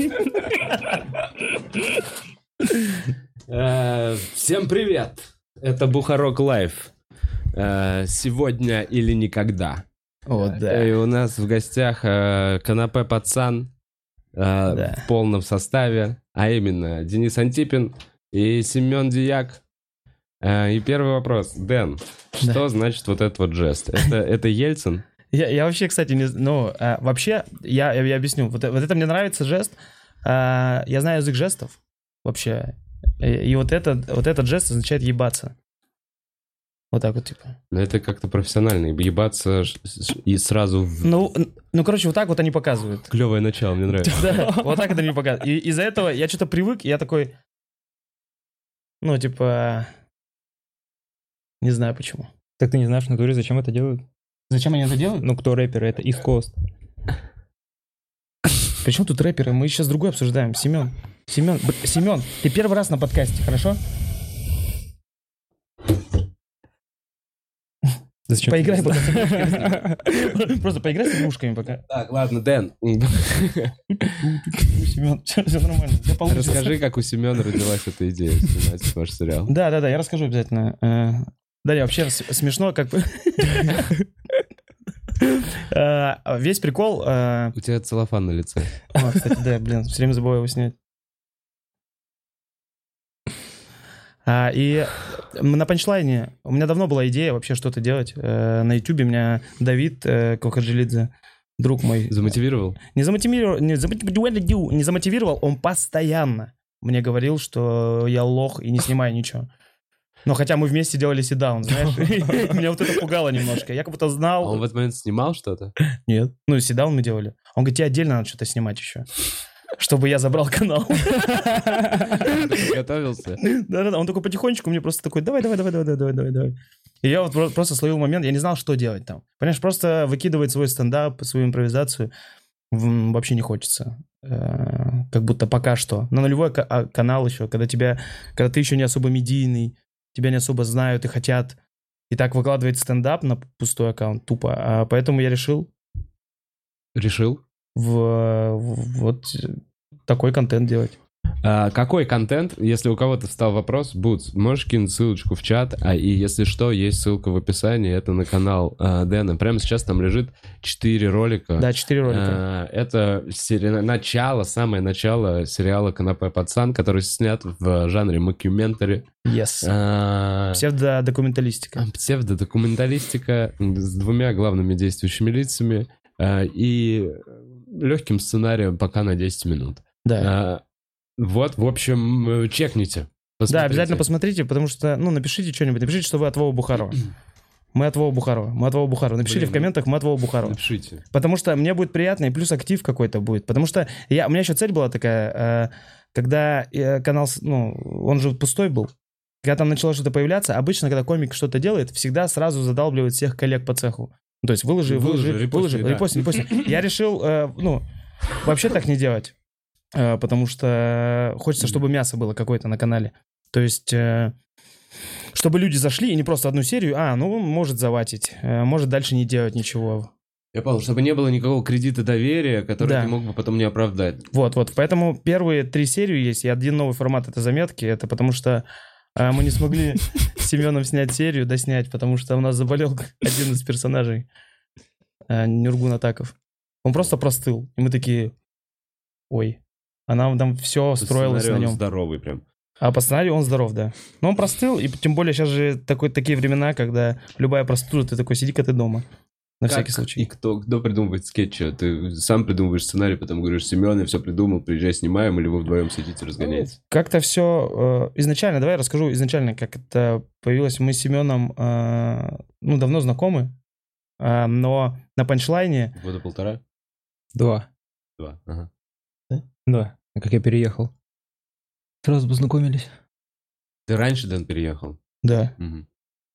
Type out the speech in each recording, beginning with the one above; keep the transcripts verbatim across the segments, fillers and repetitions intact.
Всем привет! Это Бухарок Лайв. Сегодня или никогда. О, да. И у нас в гостях Канапе Пацан в полном составе, а именно Денис Антипин и Семен Дияк. И первый вопрос. Дэн, что Да. значит вот этот вот жест? Это, это Ельцин? Я, я вообще, кстати, не... Ну, а, вообще, я, я, я объясню. Вот, вот это мне нравится жест. А, я знаю язык жестов вообще. И, и вот, этот, вот этот жест означает ебаться. Вот так вот, типа. Ну, это как-то профессионально. Ебаться ш- ш- и сразу... В... Ну, ну, короче, вот так вот они показывают. Клевое начало, мне нравится. Да, вот так это они показывают. И из-за этого я что-то привык, и я такой... Ну, типа... Не знаю почему. Так ты не знаешь в натуре, зачем это делают? Зачем они это делают? Ну, кто рэперы? Это East Coast. Причем тут рэперы? Мы сейчас другой обсуждаем. Семен. Семен, б- Семен, ты первый раз на подкасте, хорошо? Зачем Поиграй ты- пока с игрушками. Просто поиграй с игрушками пока. Так, ладно, Дэн, Семен, все нормально. Все получится. расскажи, как у Семена родилась эта идея снимать ваш сериал. Да, да, да, я расскажу обязательно. Э, Далее, вообще с- смешно, как бы. Э, Весь прикол... э, У тебя целлофан на лице. о, Кстати, да, блин, все время забываю его снять. А, И на панчлайне у меня давно была идея вообще что-то делать. Э, На ютубе меня Давид э, Кохаджилидзе, друг мой, Замотивировал? не замотивировал, не замотивировал, не замотивировал, он постоянно мне говорил, что я лох и не снимаю ничего. Но хотя мы вместе делали седаун, знаешь, и меня вот это пугало немножко. Я как будто А знал... он в этот момент снимал что-то? Нет. Ну, седаун мы делали. Он говорит, тебе отдельно надо что-то снимать еще, чтобы я забрал канал. Ты готовился? Да-да-да, он такой потихонечку мне просто такой, давай, давай, давай, давай, давай, давай, давай. И я вот про- просто словил момент, я не знал, что делать там. Понимаешь, просто выкидывать свой стендап, свою импровизацию м, вообще не хочется. Э, Как будто пока что. На нулевой ка- а, канал еще, когда тебя, когда ты еще не особо медийный, тебя не особо знают и хотят. И так выкладывать стендап на пустой аккаунт тупо. А поэтому я решил Решил? в, в- вот такой контент делать. А, какой контент, если у кого-то встал вопрос, Бутс, можешь кинуть ссылочку в чат, а и если что, есть ссылка в описании, это на канал а, Дэна. Прямо сейчас там лежит четыре ролика. Да, четыре ролика. А, это сери- начало, самое начало сериала «Канапе Пацан», который снят в жанре мокюментари. Yes. А, Псевдодокументалистика. псевдодокументалистика с двумя главными действующими лицами а, и легким сценарием пока на десять минут. Да. А, вот, в общем, э, чекните. Да, Посмотрите. обязательно посмотрите, потому что, ну, напишите что-нибудь. Напишите, что вы от Вова Бухарова. Мы от Вова Бухарова. Мы от Вова Бухарова. Напишите Блин, в комментах, мы от Вова Бухарова. Напишите. Потому что мне будет приятно, и плюс актив какой-то будет. Потому что я, у меня еще цель была такая, э, когда э, канал, с- ну, он же пустой был. Когда там начало что-то появляться, обычно, когда комик что-то делает, всегда сразу задалбливает всех коллег по цеху. Ну, то есть выложи, Выложи, выложи, репости, выложи, да. репости, репости. Я решил, э, ну, вообще так не делать. Э, потому что хочется, чтобы мясо было какое-то на канале. То есть, э, чтобы люди зашли и не просто одну серию, а, ну, может заватить, э, может дальше не делать ничего. Я понял, чтобы не было никакого кредита доверия, который Да. ты мог бы потом не оправдать. Вот, вот. Поэтому первые три серии есть, и один новый формат — это заметки. Это потому что э, мы не смогли с Семеном снять серию, доснять, потому что у нас заболел один из персонажей, э, Нюргун Атаков. Он просто простыл. И мы такие, ой. А нам там все строилось Сценарий, на он нем. здоровый прям. А по сценарию он здоров, да. Но он простыл, и тем более сейчас же такой, такие времена, когда любая простуда, ты такой, сиди-ка ты дома. На Как всякий случай. И кто, кто придумывает скетчи? Ты сам придумываешь сценарий, потом говоришь, Семен, я все придумал, приезжай, снимаем, или вы вдвоем сидите, разгоняете? Как-то все изначально, давай я расскажу изначально, как это появилось. Мы с Семеном, э, ну, давно знакомы, э, но на панчлайне... Года полтора? Два. Два. Ага. Да. А как я переехал? Сразу познакомились. Ты раньше, Дэн, переехал? Да. Мгм.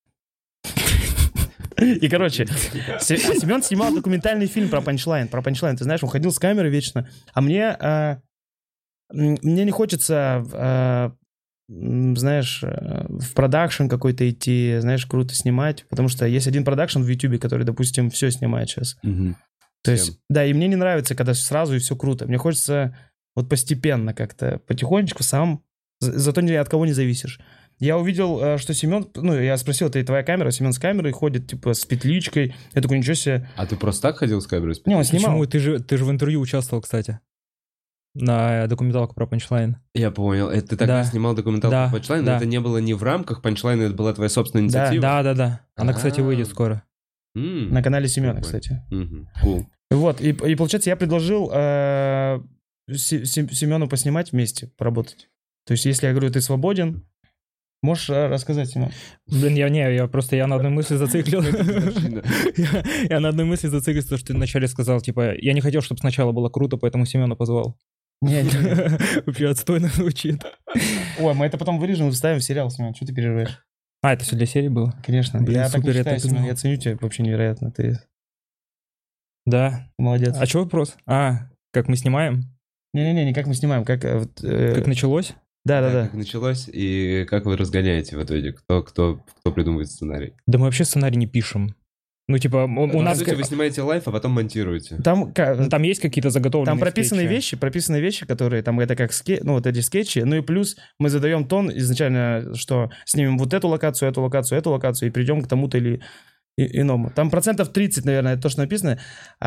И, короче, Се- Семен снимал документальный фильм про панчлайн. Про панчлайн, ты знаешь, он ходил с камерой вечно. А мне, э, м, мне не хочется, э, м, знаешь, э, в продакшн какой-то идти, знаешь, круто снимать. Потому что есть один продакшн в Ютубе, который, допустим, все снимает сейчас. Мгм. То Всем. есть, да, и мне не нравится, когда сразу и все круто. Мне хочется Вот постепенно как-то, потихонечку сам, зато ни от кого не зависишь. Я увидел, что Семен, ну, я спросил, это твоя камера? Семен с камерой ходит, типа, с петличкой. Я такой, ничего себе. А ты просто так ходил с камерой? С петличкой? Не, он снимал. Почему? Ты же, ты же в интервью участвовал, кстати. На документалку про панчлайн. Я понял. Это ты тогда Да. снимал документалку Да, про панчлайн, да. но это не было не в рамках панчлайна, это была твоя собственная инициатива? Да, да, да. Она, кстати, выйдет А. скоро. М, На канале Семена, прикольно. кстати. Мгм, cool. Вот, и, и получается, я предложил э, Се- Се- Семену поснимать вместе, поработать. То есть, если я говорю, ты свободен, можешь э, рассказать, Семен? Блин, я не, я просто, я на одной мысли зациклил. Я я на одной мысли зациклился, потому что ты вначале сказал, типа, я не хотел, чтобы сначала было круто, поэтому Семена позвал. Не, не, не. Вообще отстойно звучит. Ой, мы это потом вырежем и вставим в сериал, Семен. Что ты переживаешь? А, это все для серии было? Конечно. Блин, я так не супер, я считаю, так и Семен. знал. Я ценю тебя вообще невероятно. Ты Да. молодец. А что вопрос? А, как мы снимаем? Не-не-не, не как мы снимаем, как... э, вот, э, Как началось? Да, Да-да-да. как началось и как вы разгоняете в итоге? Кто, кто, кто придумывает сценарий? Да мы вообще сценарий не пишем. Ну, типа, у, у По нас... сути, вы снимаете лайф, а потом монтируете. Там, ка- Ну, там есть какие-то заготовленные там прописаны скетчи. вещи, прописаны вещи, которые там это как ски, ну вот эти скетчи, ну и плюс мы задаем тон изначально, что снимем вот эту локацию, эту локацию, эту локацию и придем к тому-то или и- иному. Там процентов тридцать, наверное, это то, что написано,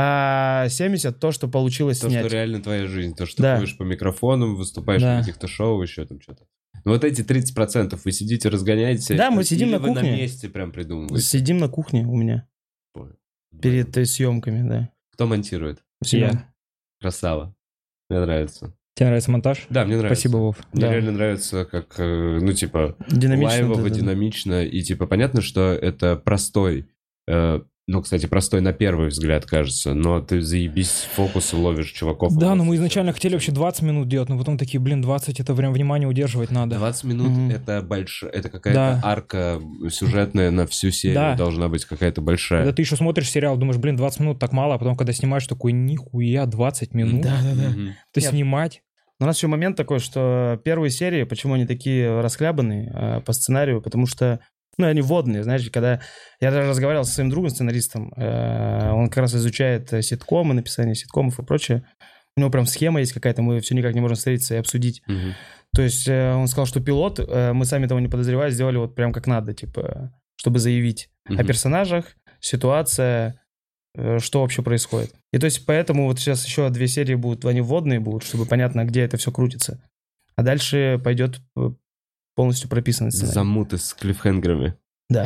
а семьдесят то, что получилось То, снять. что реально твоя жизнь. То, что Да. ты ходишь по микрофонам, выступаешь Да. на каких-то шоу, еще там что-то. Ну вот эти тридцать процентов вы сидите, разгоняете. Да, мы сидим или на вы кухне. на месте прям придумываете. Сидим на кухне у меня Понял. перед э, съемками, да. Кто монтирует? Семен. Я. Красава. Мне нравится. Тебе нравится монтаж? Да, мне нравится. Спасибо, Вов. Мне Да. реально нравится, как, э, ну, типа, Динамично. лайвово, да, да, да. динамично. И, типа, понятно, что это простой, э, ну, кстати, простой на первый взгляд, кажется, но ты заебись фокусы ловишь, чуваков. Да, но просто мы изначально всё. хотели вообще двадцать минут делать, но потом такие, блин, двадцать это прям внимание удерживать надо. двадцать минут Мгм. это большая, это какая-то Да. арка сюжетная на всю серию Да. должна быть какая-то большая. Когда ты еще смотришь сериал, думаешь, блин, двадцать минут так мало, а потом, когда снимаешь, такой, нихуя, двадцать минут? Да, да, да. Мгм. Ты Нет. снимать? Но у нас еще момент такой, что первые серии, почему они такие расхлябанные э, по сценарию, потому что, ну, они вводные, знаешь, когда... Я даже разговаривал со своим другом, сценаристом, э, он как раз изучает э, ситкомы, написание ситкомов и прочее. У него прям схема есть какая-то, мы все никак не можем встретиться и обсудить. Мгм. То есть э, он сказал, что пилот, э, мы сами того не подозревая, сделали вот прям как надо, типа, чтобы заявить о Мгм. персонажах, ситуация, э, что вообще происходит. И то есть поэтому вот сейчас еще две серии будут, они вводные будут, чтобы понятно, где это все крутится. А дальше пойдет э, полностью прописанный сценарий. Замуты с клиффхенгерами. Да.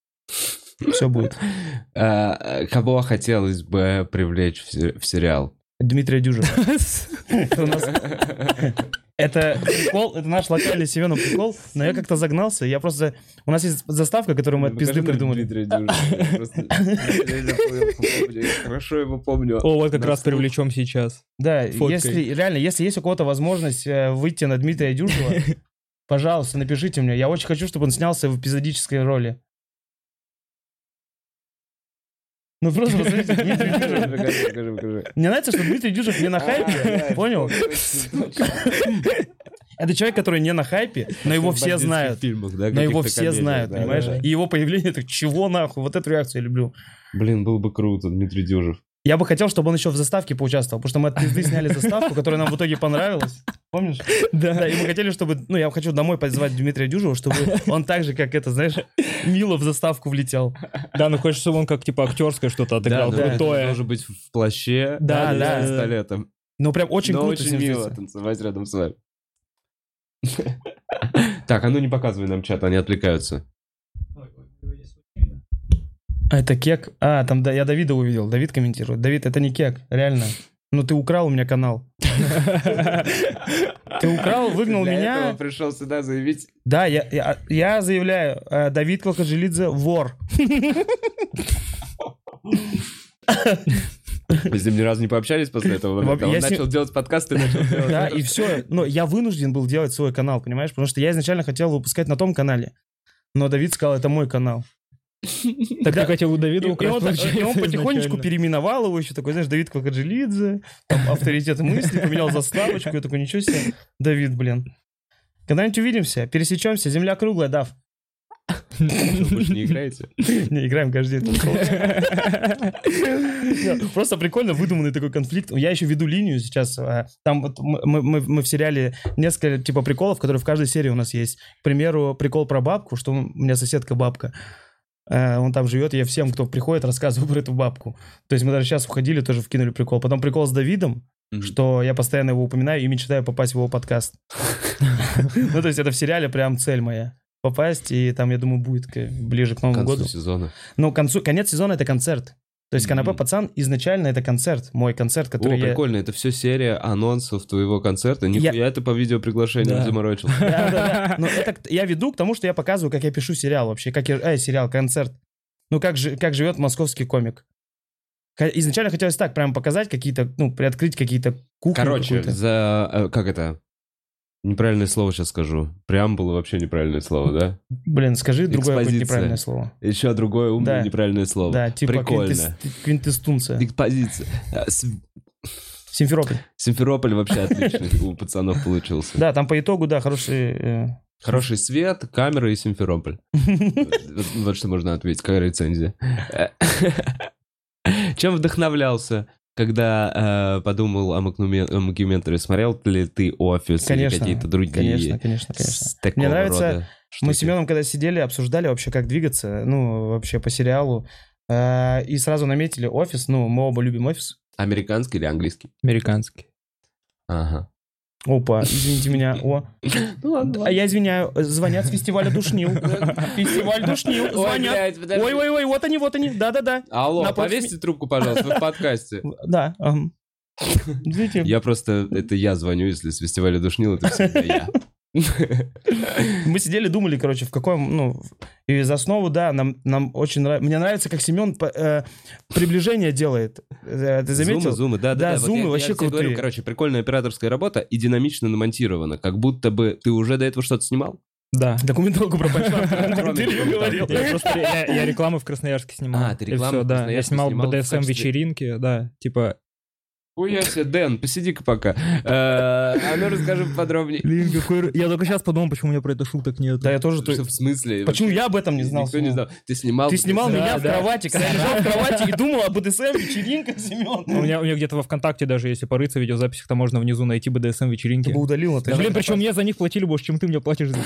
Все будет. А, кого хотелось бы привлечь в се- в сериал? Дмитрий Дюжев. Это у нас- Это прикол, это наш локальный Семенов прикол, но я как-то загнался, я просто... У нас есть заставка, которую мы от пизды придумали. Дмитрия Дюжева. Я просто- я запомнил, я хорошо его помню. О, вот как На раз слух. привлечем сейчас. Да, Фоткой. если реально, если есть у кого-то возможность э, выйти на Дмитрия Дюжева, пожалуйста, напишите мне. Я очень хочу, чтобы он снялся в эпизодической роли. Ну просто посмотрите, Дмитрий Дюжев. Покажи, покажи, покажи. Мне нравится, что Дмитрий Дюжев не на хайпе, понял? Это человек, который не на хайпе, но его В все бандитских знают. фильмах, да, Но его каких-то все комедиях, знают, да, понимаешь? да. И его появление, так чего нахуй? Вот эту реакцию я люблю. Блин, было бы круто, Дмитрий Дюжев. Я бы хотел, чтобы он еще в заставке поучаствовал, потому что мы от пизды сняли заставку, которая нам в итоге понравилась. Помнишь? Да, и мы хотели, чтобы... Ну, я хочу домой позвать Дмитрия Дюжева, чтобы он так же, как это, знаешь, мило в заставку влетел. Да, ну хочешь, чтобы он как типа актерское что-то отыграл, да, крутое. он должен быть в плаще, Да, и да. с пистолетом. Ну, прям очень Но круто с очень ним мило встретиться. танцевать рядом с вами. Так, а ну не показывай нам чат, они отвлекаются. А это кек? А, там да, я Давида увидел. Давид комментирует. Давид, это не кек, реально. Ну, ты украл у меня канал. Ты украл, выгнал Для меня. этого пришел сюда заявить. Да, я, я, я заявляю, э, Давид Колкожилидзе вор. Мы с ним ни разу не пообщались после этого момента. Он Я с ним- начал делать подкасты и начал делать Да, это. и все. Но я вынужден был делать свой канал, понимаешь? Потому что я изначально хотел выпускать на том канале. Но Давид сказал, это мой канал. Так ты хотел у И, Давида и украсть, он, так- получается, и он потихонечку изначально. переименовал его еще, такой, знаешь, Давид Колкожилидзе, там, авторитет мысли, поменял заставочку, я такой, ничего себе, Давид, блин. Когда-нибудь увидимся, пересечемся, земля круглая, Дав. Вы больше не играете? Не, играем каждый день. Просто прикольно выдуманный такой конфликт. Я еще веду линию сейчас. Там вот мы в сериале несколько типа приколов, которые в каждой серии у нас есть. К примеру, прикол про бабку, что у меня соседка бабка. Он там живет, и я всем, кто приходит, рассказываю про эту бабку. То есть мы даже сейчас уходили, тоже вкинули прикол. Потом прикол с Давидом, mm-hmm. что я постоянно его упоминаю и мечтаю попасть в его подкаст. Ну, то есть это в сериале прям цель моя. Попасть, и там, я думаю, будет ближе к Новому году. К концу сезона. Ну, концу, конец сезона — это концерт. То есть «КНП Пацан» изначально это концерт, мой концерт, который О, я... прикольно, это все серия анонсов твоего концерта. Нихуя я... это по видеоприглашению да. заморочился. Да, да, да. Но это я веду к тому, что я показываю, как я пишу сериал вообще, как я... Э, сериал, концерт. Ну, как, же, как живет московский комик. Изначально хотелось так, прям показать какие-то, ну, приоткрыть какие-то кухни. Короче, за... Как это... Неправильное слово сейчас скажу. Преамбула вообще неправильное слово, да? Блин, скажи другое какое-то неправильное слово. Еще другое умное да. неправильное слово. Да, типа прикольно. Квинтэстунция. Экспозиция. Симферополь. Симферополь вообще отличный у пацанов получился. Да, там по итогу, да, хороший... Хороший свет, камера и Симферополь. Вот что можно ответить, какая рецензия. Чем вдохновлялся? Когда э, подумал о Мокюментаре, смотрел ли ты «Офис» конечно, или какие-то другие? Конечно, конечно, конечно. Мне нравится, мы с Семеном когда сидели, обсуждали вообще, как двигаться, ну, вообще по сериалу, э, и сразу наметили «Офис», ну, мы оба любим «Офис». Американский или английский? Американский. Ага. Опа, извините меня, о. Ну ладно. А я извиняю, звонят с фестиваля Душнил. Фестиваль Душнил, звонят. Ой-ой-ой, вот они, вот они, да-да-да. Алло, повесьте трубку, пожалуйста, вы в подкасте. Да. Извините. Я просто, это я звоню, если с фестиваля Душнил, это всегда я. Мы сидели, думали, короче, в каком, ну, и за основу, да, нам, нам очень нравится, мне нравится, как Семен э, приближение делает, ты заметил? Зумы, зумы, да, да, да, зумы вот вообще я, я крутые. Говорю, короче, прикольная операторская работа и динамично намонтирована, как будто бы ты уже до этого что-то снимал. Да, документалку про Бачман, ты говорил. Я рекламу в Красноярске снимал. А, ты рекламу в Красноярске Я снимал бэ дэ эс эм-вечеринки, да, типа... Хуя себе, Дэн, посиди-ка пока. А ну расскажи подробнее. Блин, какой... Я только сейчас подумал, почему у меня про это шуток нет. Да, я тоже... Что в смысле? Почему я об этом не знал? Никто не знал. Ты снимал... Ты снимал меня в кровати, когда я лежал в кровати и думал о бэ дэ эс эм-вечеринках, Семен. У меня где-то во ВКонтакте даже, если порыться в видеозаписях, то можно внизу найти бэ дэ эс эм-вечеринки. Ты бы удалил это. Блин, причем мне за них платили больше, чем ты мне платишь за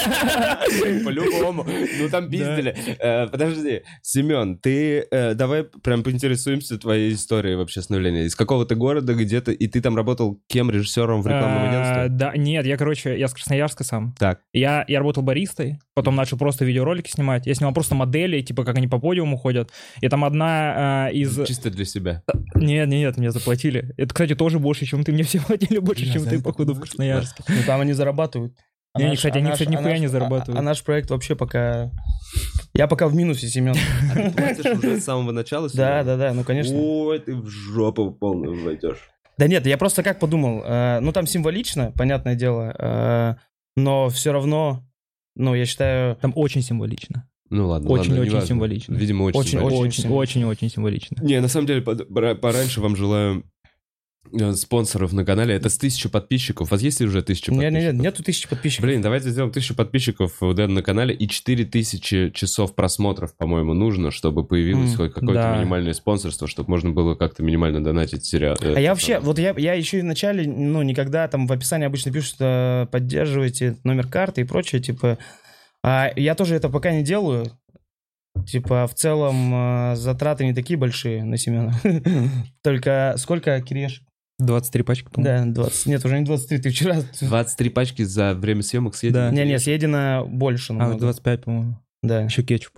них. По-любому. Ну там пиздили. Подожди, Семен, ты... Давай прям поинтересуемся твоей историей вообще становления. Из какого-то города где-то. И ты там работал кем? Режиссером в рекламном агентстве? Да, нет, я, короче, я с Красноярска сам. Так. Я, я работал баристой, потом начал просто видеоролики снимать. Я снимал просто модели, типа, как они по подиуму ходят. И там одна э, из... Чисто для себя? Нет, нет, нет, мне заплатили. Это, кстати, тоже больше, чем ты. Мне все платили больше, чем ты, походу, в Красноярске. Ну, там они зарабатывают. А не, наш, кстати, они, а кстати, нихуя а не зарабатывают. А, а наш проект вообще пока... Я пока в минусе, Семен. А ты платишь уже с самого начала? Да, да, да, ну, конечно. Ой, ты в жопу полную войдешь. Да нет, я просто как подумал, э, ну там символично, понятное дело, э, но все равно, ну я считаю... Там очень символично. Ну ладно, Очень-очень очень символично. Видимо, очень символично. Очень-очень символично. Не, на самом деле, пораньше вам желаю спонсоров на канале. Это с тысячи подписчиков. У вас есть уже тысяча подписчиков? Нет, нет, нету тысячи подписчиков. Блин, давайте сделаем тысячу подписчиков у Дэна на канале и четыре тысячи часов просмотров, по-моему, нужно, чтобы появилось mm, хоть какое-то да. минимальное спонсорство, чтобы можно было как-то минимально донатить сериал. А я вообще, вот я, я еще и в начале, ну, никогда там в описании обычно пишут, что поддерживайте номер карты и прочее, типа... А я тоже это пока не делаю. Типа, в целом, затраты не такие большие на Семена. Только сколько, Киреш? двадцать три пачки, по-моему. Да, двадцать. Нет, уже не двадцать три, ты вчера... двадцать три пачки за время съемок съедено? Да. Не-не, съедено больше. Намного. А, двадцать пять, по-моему. Да. Еще кетчуп.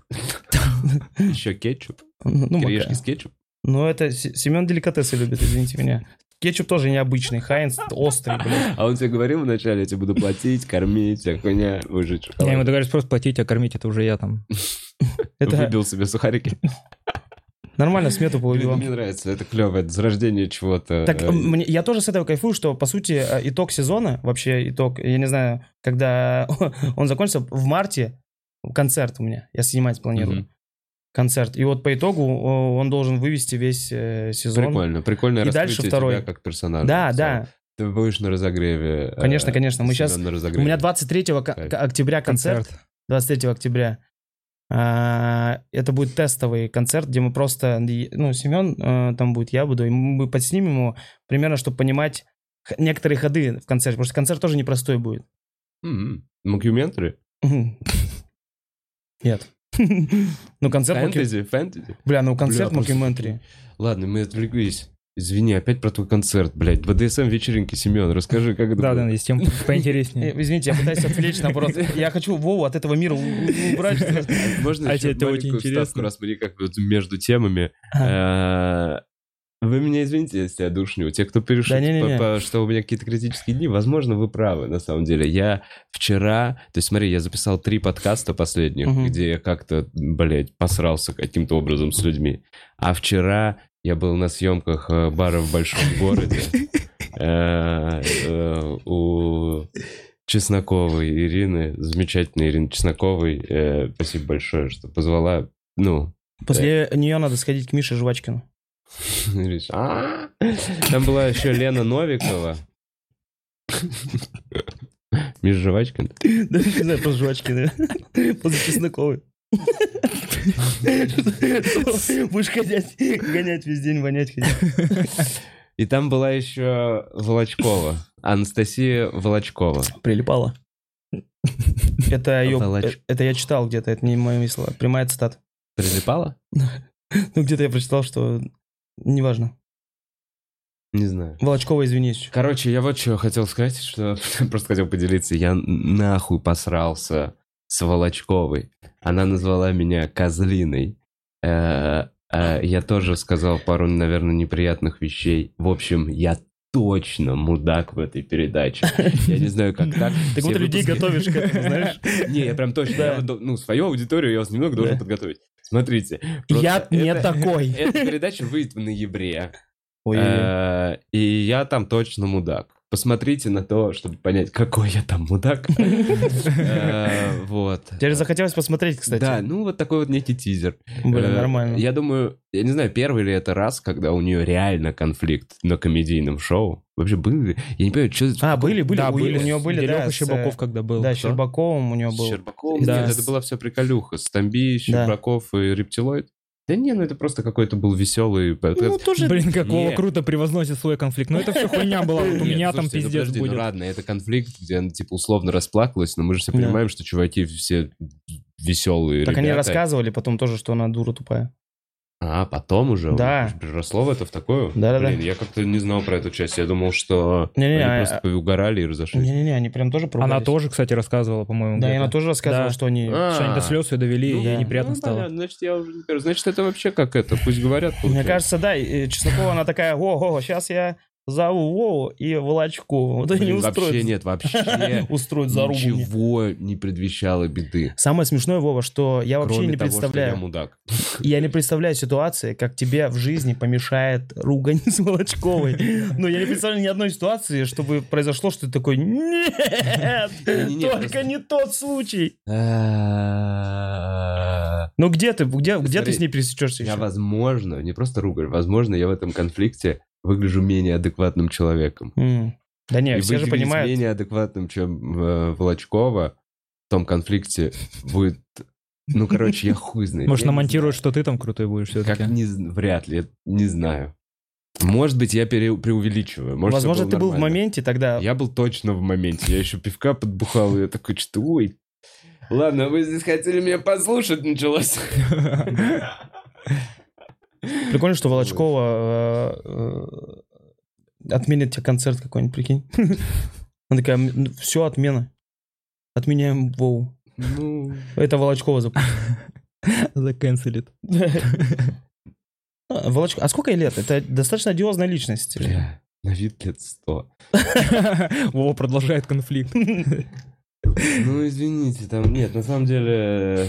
Еще кетчуп? Ну, Кириешки с кетчуп? Ну, это Семен деликатесы любит, извините меня. Кетчуп тоже необычный, Хайнс острый, блин. А он тебе говорил вначале, я тебе буду платить, кормить, вся хуйня, выжить шоколад? Я ему договорюсь просто платить, а кормить это уже я там. Выбил себе сухарики? Нормально смету повыбивал. Мне нравится, это клево, это зарождение чего-то. Так, мне, я тоже с этого кайфую, что, по сути, итог сезона, вообще итог, я не знаю, когда он закончится, в марте концерт у меня, я снимать планирую. Mm-hmm. Концерт. И вот по итогу он должен вывести весь э, сезон. Прикольно, прикольное и раскрытие дальше второй. тебя как персонажа. Да, Все. да. Ты будешь на разогреве. Конечно, э, конечно. Мы сейчас... У меня двадцать третьего октября концерт. концерт. двадцать третьего октября. А, это будет тестовый концерт, где мы просто, ну, Семен а, там будет, я буду, и мы подснимем его примерно, чтобы понимать х- некоторые ходы в концерте, потому что концерт тоже непростой будет. Мокюментари? Нет. Ну, концерт... Фэнтези? Фэнтези? Бля, ну концерт Бля, просто мокюментари. такие. Ладно, мы отвлеклись. Извини, опять про твой концерт, блядь. бэ дэ эс эм-вечеринки, Семен, расскажи, как это Да, было? да, есть тем поинтереснее. Э, Извините, я пытаюсь отвлечь, наоборот. Я хочу Вову от этого мира у- у- убрать. Можно А еще тебе это очень маленькую вставку, интересно. раз мы как бы между темами. Э, Вы меня извините, если я душню. Те, кто пишет, Да не-не-не. по- по- что у меня какие-то критические дни, возможно, вы правы, на самом деле. Я вчера... То есть, смотри, я записал три подкаста последних, Мгм. где я как-то, блядь, посрался каким-то образом с людьми. А вчера я был на съемках э, бара в большом городе э, э, у Чесноковой Ирины, замечательной Ирины Чесноковой. Э, Спасибо большое, что позвала. Ну, После нее надо сходить к Мише Жвачкину. Говоришь, «А?» Там была еще Лена Новикова. Миш Жвачкин. Да, не знаю, после Жвачкина. После Чесноковой. Будешь гонять, гонять весь день, вонять ходить. И там была еще Волочкова. Анастасия Волочкова. Прилипала. Это ее, Волоч- это я читал где-то, это не мои слова. Прямая цитата. Прилипала? Ну, где-то я прочитал, что неважно. Не знаю. Волочкова, извинись. Короче, я вот что хотел сказать, что просто хотел поделиться. Я нахуй посрался с Волочковой. Она назвала меня козлиной. Э, э, Я тоже сказал пару, наверное, неприятных вещей. В общем, я точно мудак в этой передаче. Я не знаю, как так. Ты Все куда людей выпуски- готовишь к этому, знаешь? Не, я прям точно, Да. я вот, ну, свою аудиторию я вас немного должен Да. подготовить. Смотрите. Я просто не это- такой. Эта передача выйдет в ноябре. Ой, Э, И я там точно мудак. Посмотрите на то, чтобы понять, какой я там мудак. Э, Вот. Теперь захотелось посмотреть, кстати. Да, ну вот такой вот некий тизер. Блин, Э, нормально. Я думаю, я не знаю, первый ли это раз, когда у нее реально конфликт на комедийном шоу. Вообще были? Я не понимаю, что... А, были, были, Да, у, были. у нее были, Где да, Лёха с, Щербаков когда был. Да, с Кто? Щербаковым у него С был. Щербаковым? Да. Нет, это была вся приколюха. Стамби, Щербаков и Рептилоид. Да не, ну это просто какой-то был веселый... Ну, тоже... Блин, как Вова Не. круто превозносит свой конфликт. Ну это все хуйня была. Вот у Нет, меня там слушайте, ну пиздец подожди, ну будет. ладно, это конфликт, где она, типа, условно расплакалась, но мы же все Да. понимаем, что чуваки все веселые Так они ребята. рассказывали потом тоже, что она дура тупая. А, потом уже? Да. Уже переросло в это в такое? Да-да-да. Блин, я как-то не знал про эту часть. Я думал, что Не-не, они а- просто угорали и разошлись. Не-не-не, они прям тоже Она поругались. тоже, кстати, рассказывала, по-моему. Да, и где-то. она тоже рассказывала, Да. что они... А. Что они до слез ее довели, Ну и ей да. неприятно Ну, стало. понятно, значит, я уже не первый. Значит, это вообще как это? Пусть говорят. Мне получается. кажется, да, и Чеснокова, она такая, о, сейчас я зову Вову и Волочкову. Вот они Блин, устроят. вообще нет, вообще Устроят зарубу мне. ничего не предвещало беды. Самое смешное, Вова, что я вообще Кроме не того, что я представляю. мудак. Я не представляю ситуации, как тебе в жизни помешает ругань с Волочковой. Но я не представляю ни одной ситуации, чтобы произошло, что ты такой, нет, Не-не-не, только просто- не тот случай. А, Ну где ты, где, где ты Смотри, с ней пересечешься Я, еще? возможно, не просто ругаю, возможно, я в этом конфликте выгляжу менее адекватным человеком. М. Да не, И все же выглядеть понимают. менее адекватным, чем э, Волочкова в том конфликте будет... Ну, короче, я хуй знает. Может, Я не намонтируют, что ты там крутой будешь знаю. все-таки. Как не, з- вряд ли, я не знаю. Может быть, я пере- преувеличиваю. Может, всё Возможно, было ты был в нормально. моменте тогда. Я был точно в моменте. Я еще пивка подбухал, и я такой, что ой. Ладно, вы здесь хотели меня послушать, началось. Прикольно, что Волочкова э, э, отменит тебе концерт какой-нибудь, прикинь. Она такая, все, отмена. Отменяем Вову. Ну, Это Волочкова запустит. Заканцелит. А, Волочко- А сколько ей лет? Это достаточно одиозная личность. бля, на вид лет сто. Вова продолжает конфликт. Ну, извините, там, нет, на самом деле...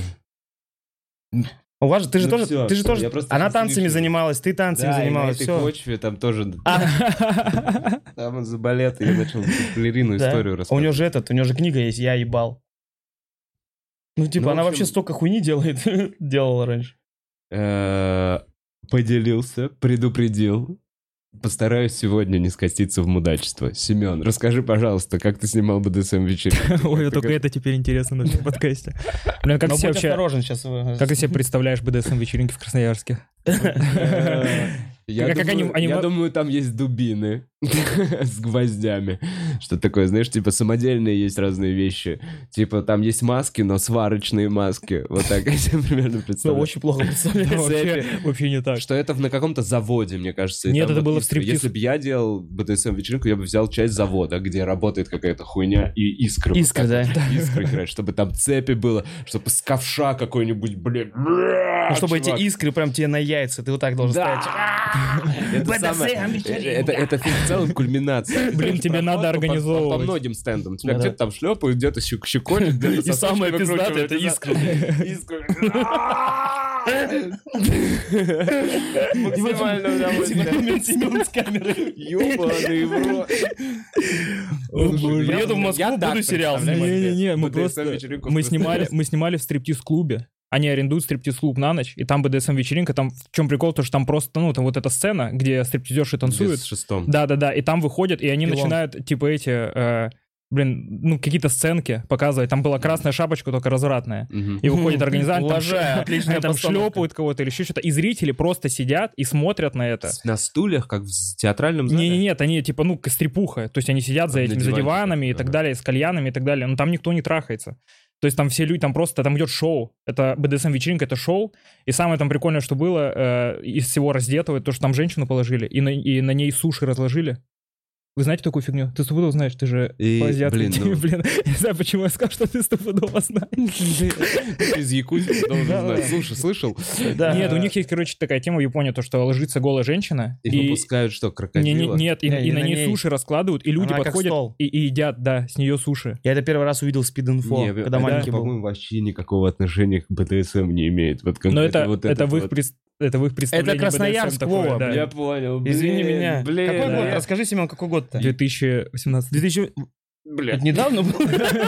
У вас же, ты же Ну тоже, всё, ты же всё, тоже, я просто она сейчас танцами решил. занималась, ты танцами Да, и на занималась, этой все. почве там тоже... А, Там из-за балета я начал балерину да. историю А у рассказывать. нее же этот, у нее же книга есть, я ебал. Ну, типа, Ну, в она общем- вообще столько хуйни делает, делала раньше. Э, Поделился, предупредил. Постараюсь сегодня не скатиться в мудачество. Семен, расскажи, пожалуйста, как ты снимал бэ дэ эс эм-вечеринку? Ой, только это теперь интересно на подкасте. Блин, как ты себе вообще... осторожен сейчас. Как ты себе представляешь бэ дэ эс эм-вечеринки в Красноярске? Я, Как думаю, они- они я мо- думаю, там есть дубины с гвоздями. Что такое, знаешь, типа самодельные есть разные вещи. Типа там есть маски, но сварочные маски. Вот так я себе примерно Ну, представляю. очень плохо представляю. Вообще, вообще не так. Что это на каком-то заводе, мне кажется. и Нет, там это вот было в искры. стриптиз- Если бы я делал бэ дэ эс эм-вечеринку, я бы взял часть завода, где работает какая-то хуйня и искры. Вот Искры, так да. вот, искры играть, чтобы там цепи было, чтобы с ковша какой-нибудь, блин. Ну, чтобы эти чувак. искры прям тебе на яйца, ты вот так должен Да. стоять. Это самое- Это это в целом кульминация. Блин, тебе Проходку надо по- организовывать. По многим стендам. Тебя Да. где-то там шлепают, где-то щек- щекочут, где-то И сосочки самое пиздатое — выкручивают, это и за- искры. Искры. Максимально удовольствие. Семен с камерой. Ёбаный в рот. Приеду в Москву, Я так буду сериал представляю снимать. себе Не-не-не, мы бэ дэ эс просто... эм-вечеринку в Мы Красноярске. снимали, мы снимали в стриптиз-клубе. Они арендуют стриптиз-клуб на ночь, и там бэ дэ эс эм-вечеринка, там в чем прикол, то что там просто, ну, там вот эта сцена, где стриптизерши танцуют. Без шестом. Да-да-да, и там выходят, и они Пилон. начинают, типа, эти, э, блин, ну, какие-то сценки показывать. Там была красная шапочка, только развратная. Мгм. И выходит организатор, там, Уважаю, ш- отличная они там постановка. шлепают кого-то или еще что-то. И зрители просто сидят и смотрят на это. На стульях, как в театральном зале? Не-не-не, они типа, ну, стрипуха. То есть они сидят за На этими, за диванчиках, диванами и ага. так далее, с кальянами и так далее. Но там никто не трахается. То есть там все люди, там просто, там идет шоу. Это бэ дэ эс эм-вечеринка, это шоу. И самое там прикольное, что было, э, из всего раздетого, то, что там женщину положили, и на, и на ней суши разложили. Вы знаете такую фигню? Ты стопудово знаешь, ты же И, по-азиатски. блин, ну. Блин, я не знаю, почему я сказал, что ты стопудово знаешь. Ты из Якутии должен Да, знать. да. Слушай, слышал? Да. Нет, у них есть, короче, такая тема в Японии, то, что ложится голая женщина. И выпускают что, Не, не, крокодила? нет, и, Не, и и на на ней ней- суши раскладывают, и люди Она как подходят стол. и, и едят, да, с нее суши. Я это первый раз увидел в Speed Info, Не, когда это, маленький был. по-моему, вообще никакого отношения к бэ дэ эс эм не имеет. Вот Но конкретно это, вот это, этот в их вот. прес- это в их представлении. Красноярск, бэ дэ эс эм такое, Вова, да. Я понял. Извини блин, меня. Блин, Какой да. год? Расскажи, Семен, какой год-то? две тысячи восемнадцатый. две тысячи... Блин. Это недавно был?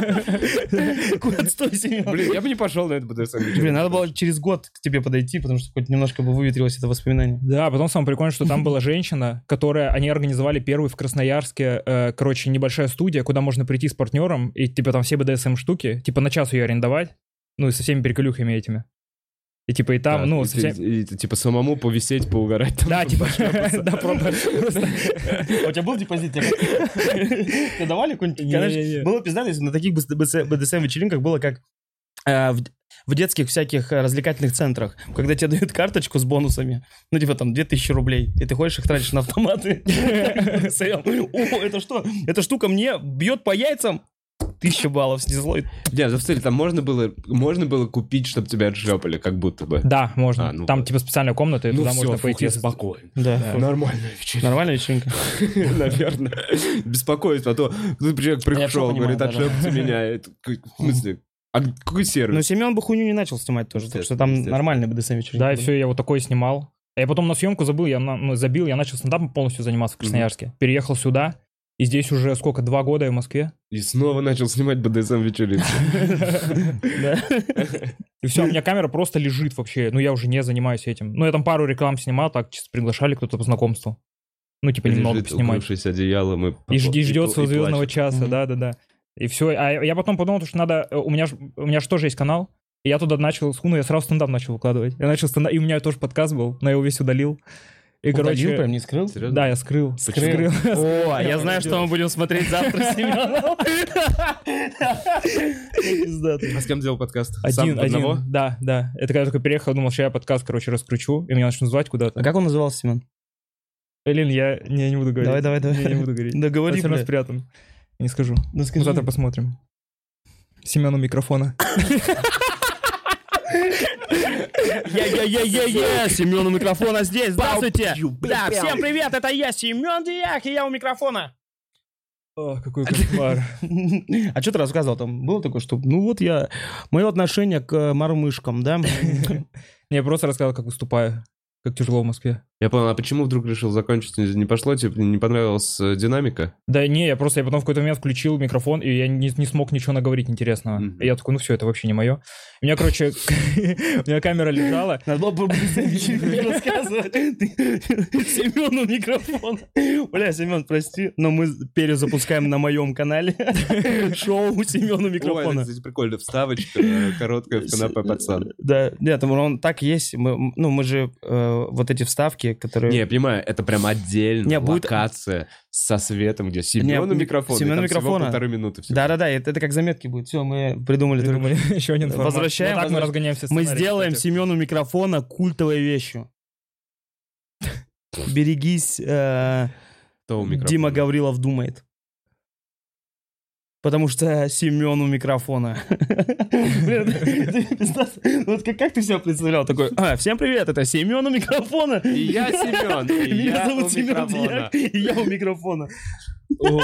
Какой отстой, Семен? Блин, я бы не пошел на это бэ дэ эс эм. Блин, надо было через год к тебе подойти, потому что хоть немножко бы выветрилось это воспоминание. Да, потом самое прикольное, что там была женщина, которая, они организовали первый в Красноярске, э, короче, небольшая студия, куда можно прийти с партнером, и типа там все бэ дэ эс эм штуки, типа на час ее арендовать, ну и со всеми приколюхами этими. И типа и там, Так, ну, и со ты- всеми... и ты, типа самому повисеть, поугарать. там, Да, типа, пошлепаться. да, просто... А у тебя был депозит? Тебе давали какой-нибудь? Не-не-не. Знаешь, было пиздато, если на таких бэ дэ эс эм-вечеринках было как э, в в детских всяких э, развлекательных центрах, когда тебе дают карточку с бонусами, ну, типа там две тысячи рублей, и ты ходишь их тратишь на автоматы. О, это что? Эта штука мне бьет по яйцам? Тысяча баллов снизло. Не, ну в целом там можно было, можно было купить, чтобы тебя отшлепали, как будто бы. Да, можно. А, ну Там вот. типа специальная комната, и Ну туда все, можно фух, пойти. я спокоен. Да. Нормальная вечеринка. Нормальная вечеринка. Наверное. Беспокойство, а то тут человек Я всё пришел, понимаю, говорит, да, да. отшлепайте меня. Это как- В смысле? А какой Но сервис? Семен бы хуйню не начал снимать тоже, так что там Естественно. нормальный бэ дэ эс эм-вечеринка. Да, и все, я вот такой снимал. А я потом на съемку забыл, я на- ну, забил, я начал стендапом полностью заниматься в Красноярске. Переехал сюда, и здесь уже сколько, два года я в Москве. И снова начал снимать бэ дэ эс эм вечеринку. И все, у меня камера просто лежит вообще. Ну, я уже не занимаюсь этим. Ну, я там пару реклам снимал, так чисто приглашали кто-то по знакомству. Ну, типа, немного Лежит, поснимать. укрывшись одеялом и... И, жди- ждет и своего звездного плачет. часа, Мгм. да-да-да. И все. А я потом подумал, что надо... У меня ж, у меня же тоже есть канал. И я туда начал, ну, я сразу стендап начал выкладывать. Я начал стендап, и у меня тоже подкаст был, но я его весь удалил. И, Удалил, короче... прям не скрыл? Серьезно? Да, я скрыл. Скрыл. О, а я знаю, что мы будем смотреть завтра с Семеном. Пиздато. А с кем делал подкаст? Сам Один, одного? один. Да, да. Это когда я только переехал, думал, что я подкаст, короче, раскручу, и меня начнут звать куда-то. А как он назывался, Семен? Блин, я не, не буду говорить. Давай, давай, давай. Не, не буду говорить. Да Он говори, всё равно бля. спрятан. Я не скажу. Ну скажи. Завтра посмотрим. Семену микрофона. Я-я-я-я-я! Семен у микрофона здесь, здравствуйте! Да, всем привет, это я, Семен Дьяк, и я у микрофона. О, какой кошмар. А что ты рассказывал там? Было такое, что, ну вот я, мое отношение к э, мормышкам, да? Не, я просто рассказал, как выступаю. как тяжело в Москве. Я понял, а почему вдруг решил закончить? Не пошло, тебе не понравилась э, динамика? Да не, я просто я потом в какой-то момент включил микрофон, и я не, не смог ничего наговорить интересного. Mm-hmm. И я такой, ну все, это вообще не мое. У меня, короче, у меня камера лежала. Надо было бы рассказывать. Семену микрофон. Бля, Семен, прости, но мы перезапускаем на моем канале шоу Семену микрофона. Ой, это, кстати, прикольно. Вставочка короткая в канапе пацан. Да, нет, он так есть. Мы, ну, мы же э, вот эти вставки, которые... Не, я понимаю, это прям отдельная не, будет... локация со светом, где Семену микрофон. Семену микрофона. полторы минуты. Да-да-да, это, это как заметки будет. Все, мы придумали. Придумали еще один формат. Возвращаем. Вот так мы разгоняем все Мы сделаем кстати. Семену микрофона культовой вещью. Берегись, э, Дима Гаврилов думает. Потому что Семену микрофона. Вот как ты себя представлял? Такой, а, всем привет, это Семену микрофона. И я Семен, и я у микрофона. И я у микрофона. О,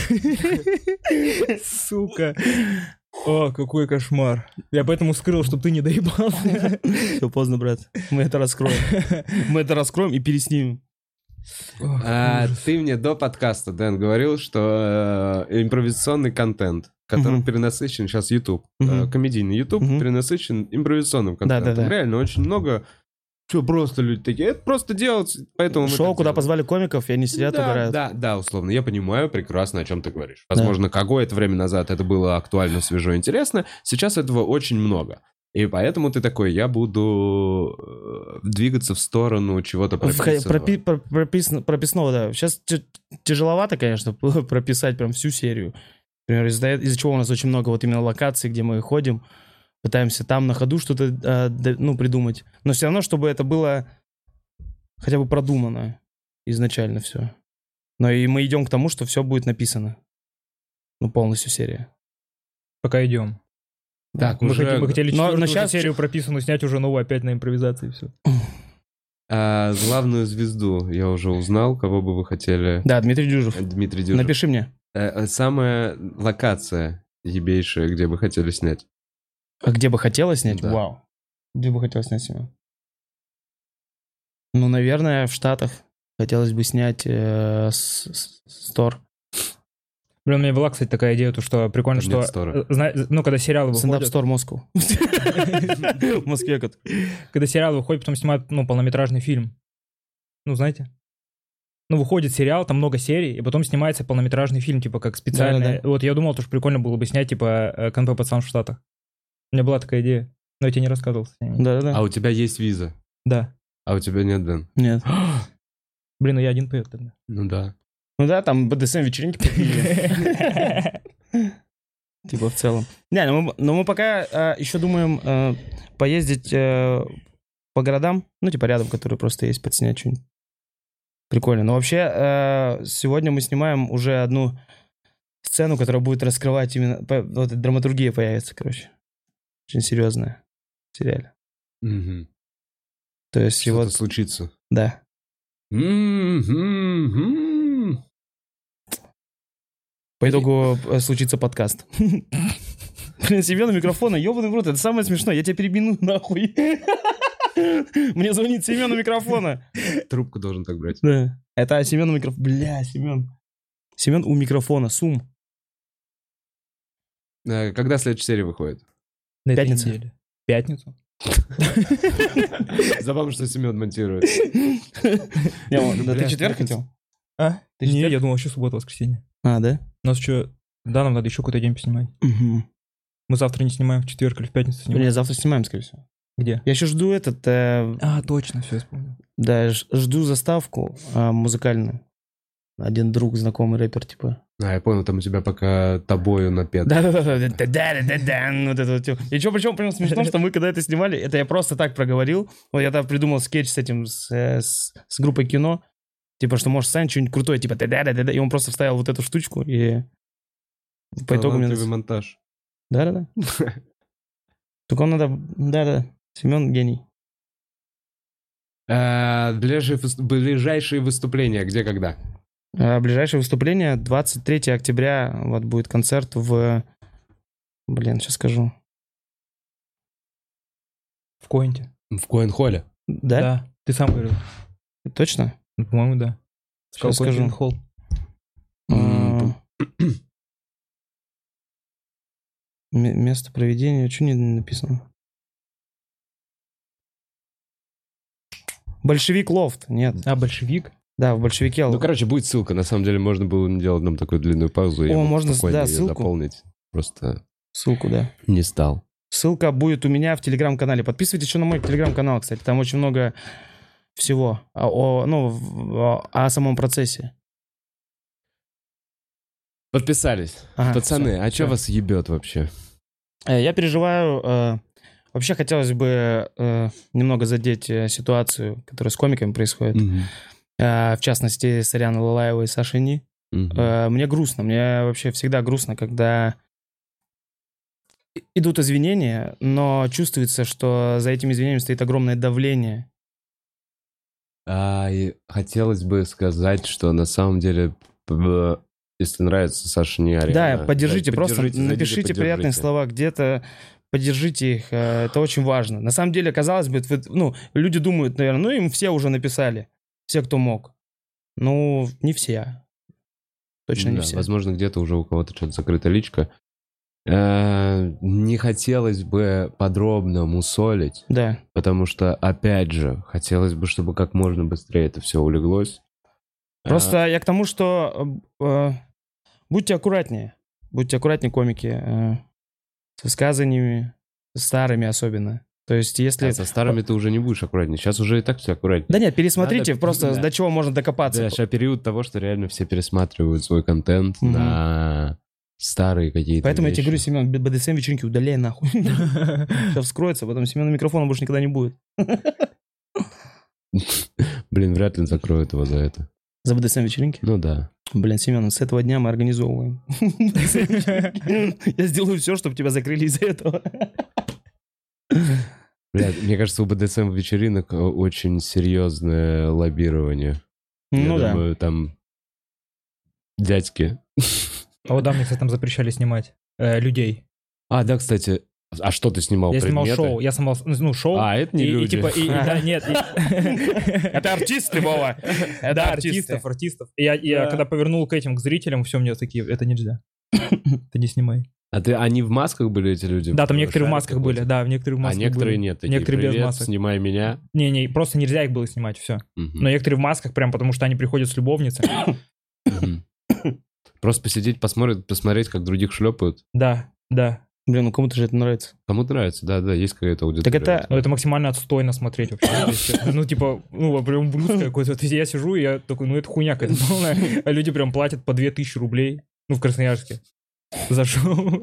сука. О, какой кошмар. Я поэтому скрыл, чтобы ты не доебался. Все, поздно, брат. Мы это раскроем. Мы это раскроем и переснимем. Ох, а, ты мне до подкаста, Дэн, говорил, что э, импровизационный контент, которым uh-huh. перенасыщен сейчас YouTube, uh-huh. э, комедийный YouTube, uh-huh. перенасыщен импровизационным контентом. Да-да-да. Реально очень много... Что просто люди такие, это просто делать, поэтому... Шоу, куда делаем. Позвали комиков, и они сидят да, и играют. Да, да, условно. Я понимаю прекрасно, о чем ты говоришь. Возможно, да. какое-то время назад это было актуально, свежо, интересно. Сейчас этого очень много. И поэтому ты такой, я буду двигаться в сторону чего-то прописанного. Пропи- пропис- прописного, да. Сейчас т- тяжеловато, конечно, прописать прям всю серию. Например, из-за, из-за чего у нас очень много вот именно локаций, где мы ходим, пытаемся там на ходу что-то э, ну, придумать. Но все равно, чтобы это было хотя бы продумано изначально все. Но и мы идем к тому, что все будет написано. Ну, полностью серия. Пока идем. Так, мы, уже... хотели, мы хотели четвертую но сейчас... серию прописанную снять уже новую опять на импровизации и все. А, главную звезду я уже узнал, кого бы вы хотели. Да, Дмитрий Дюжев. Дмитрий Дюжев. Напиши мне. А, самая локация ебейшая, где бы хотели снять. А где бы хотелось снять? Да. Вау. Где бы хотелось снять Семен? Ну, наверное, в Штатах хотелось бы снять э, с, с, стор. Блин, у меня была, кстати, такая идея, то, что прикольно, Там что... Зна... Ну, когда сериалы выходят... Стендап-стор Москву. В Москве. Когда сериалы выходят, потом снимают, ну, полнометражный фильм. Ну, знаете? Ну, выходит сериал, там много серий, и потом снимается полнометражный фильм, типа, как специальный. Вот я думал, что прикольно было бы снять, типа, КНП «Пацан» в Штатах. У меня была такая идея. Но я тебе не рассказывал. Да-да-да. А у тебя есть виза? Да. А у тебя нет, Дэн? Нет. Блин, ну я один поет тогда. Ну да. Ну да, там бэ дэ эс эм-вечеринки. Типа в целом. Не, но мы, но мы пока а, еще думаем а, поездить а, по городам, ну типа рядом, которые просто есть, подснять что-нибудь. Прикольно. Но вообще а, сегодня мы снимаем уже одну сцену, которая будет раскрывать именно... По, вот эта драматургия появится, короче. Очень серьезная в сериале. Угу. То есть что-то вот... случится. Да. Mm-hmm. По итогу случится подкаст. Блин, Семена микрофона, ёбаный в рот, это самое смешное, я тебя перебину нахуй. Мне звонит Семена микрофона. Трубку должен так брать. Да. Это Семена микрофон. Бля, Семен. Семен у микрофона, сум. Когда следующая серия выходит? На Пятница. Пятницу. Забавно, что Семен монтирует. Ты четверг хотел? А? Не, я думал, вообще суббота, воскресенье. А, да? У нас что, да, нам надо еще какой-то день поснимать. Мы завтра не снимаем, в четверг или в пятницу снимаем. Нет, завтра снимаем, скорее всего. Где? Я еще жду этот... А, точно, все, я вспомнил. Да, жду заставку музыкальную. Один друг, знакомый рэпер, типа. А, я понял, там у тебя пока тобою напет. Да-да-да. Вот это вот. И что, причем, прям смешно, что мы когда это снимали, это я просто так проговорил. Вот я там придумал скетч с этим, с группой кино. Типа, что можешь ставить что-нибудь крутое, типа, да-да-да. И он просто вставил вот эту штучку, и по итогу мне... монтаж. Да-да-да. Только он надо... Да-да. Семен гений. Ближайшие выступления где, когда? Ближайшее выступление двадцать третьего октября. Вот будет концерт в... Блин, сейчас скажу. В Коинте. В Коин-холле? Да? Да. Ты сам говорил. Точно? Ну, по-моему, да. Сейчас скажу. Холл. М- Место проведения, что не написано? Большевик Лофт, нет. А, большевик? Да, в большевике. Ну, короче, будет ссылка. На самом деле, можно было не делать нам такую длинную паузу. и я О, мог можно, спокойно да, её ссылку. заполнить. Просто Ссылку, да. не стал. Ссылка будет у меня в телеграм-канале. Подписывайтесь еще на мой телеграм-канал, кстати. Там очень много всего о, о- ну, в- о, о самом процессе. Подписались. Ага, Пацаны, всё, а что всё. вас ебет вообще? Э, Я переживаю... э, Вообще хотелось бы э, немного задеть э, ситуацию, которая с комиками происходит. Мгм. Э, В частности, с Арианой Лалаевой и Сашей Ни. Мгм. Э, Мне грустно. Мне вообще всегда грустно, когда и- идут извинения, но чувствуется, что за этими извинениями стоит огромное давление. А, и хотелось бы сказать, что на самом деле, п- если нравится Саша не Ариана, Да, поддержите, да, просто поддержите, зайдите, напишите приятные поддержите. слова где-то, поддержите их, э, это очень важно. На самом деле, казалось бы, вы- ну, люди думают, наверное, ну, им все уже написали, все, кто мог. Ну, не все. Точно не Да, все. возможно, где-то уже у кого-то что-то закрыта личка. Э, Не хотелось бы подробно мусолить, Да. потому что, опять же, хотелось бы, чтобы как можно быстрее это все улеглось. Просто я к тому, что э, э, будьте аккуратнее. Будьте аккуратнее, комики, э, с высказываниями, старыми особенно. То есть, если... А со старыми ты уже не будешь аккуратнее. Сейчас уже и так все аккуратнее. Да нет, пересмотрите Надо- просто, да. до чего можно докопаться. Да, сейчас период того, что реально все пересматривают свой контент Мгм. на старые какие-то Поэтому я тебе говорю, вещи. Семен, бэ дэ эс эм вечеринки удаляй нахуй. Сейчас вскроется, потом Семена микрофона больше никогда не будет. Блин, вряд ли закроют его за это. За бэ дэ эс эм вечеринки? Ну да. Блин, Семен, с этого дня мы организовываем. Я сделаю все, чтобы тебя закрыли из-за этого. Блядь, мне кажется, у бэ дэ эс эм вечеринок э, очень серьезное лоббирование. Ну Я да. думаю, там дядьки. А вот да, мне, кстати, там запрещали снимать э, людей. А, да, кстати. А что ты снимал? Я снимал предметы? шоу, я снимал, ну, шоу. А, это не и, и люди. типа, и, и- да, нет. и- Это артисты, Вова. Это Да, артисты. артистов, артистов. И Я, я Да. когда повернул к этим, к зрителям, все, мне такие, это нельзя. Ты не снимай. А ты, они в масках были, эти люди? Да, там некоторые в Шарик масках были, какой-то? да, в некоторых в А масках некоторые были. нет. Такие, Некоторые без «Привет, масок. снимай меня». Не-не, просто нельзя их было снимать, все. Мгм. Но некоторые в масках прям, потому что они приходят с любовницей. Мгм. Просто посидеть, посмотреть, посмотреть, как других шлепают. Да, да. Блин, ну кому-то же это нравится. Кому-то нравится, да, да, есть какая-то аудитория. Так это- Ну, это максимально отстойно смотреть вообще. если честно. Ну, типа, ну, прям блюз какой-то. То есть я сижу, и я такой, ну, это хуйня какая-то полная. А люди прям платят по две тысячи рублей. Ну, в Красноярске. За шоу.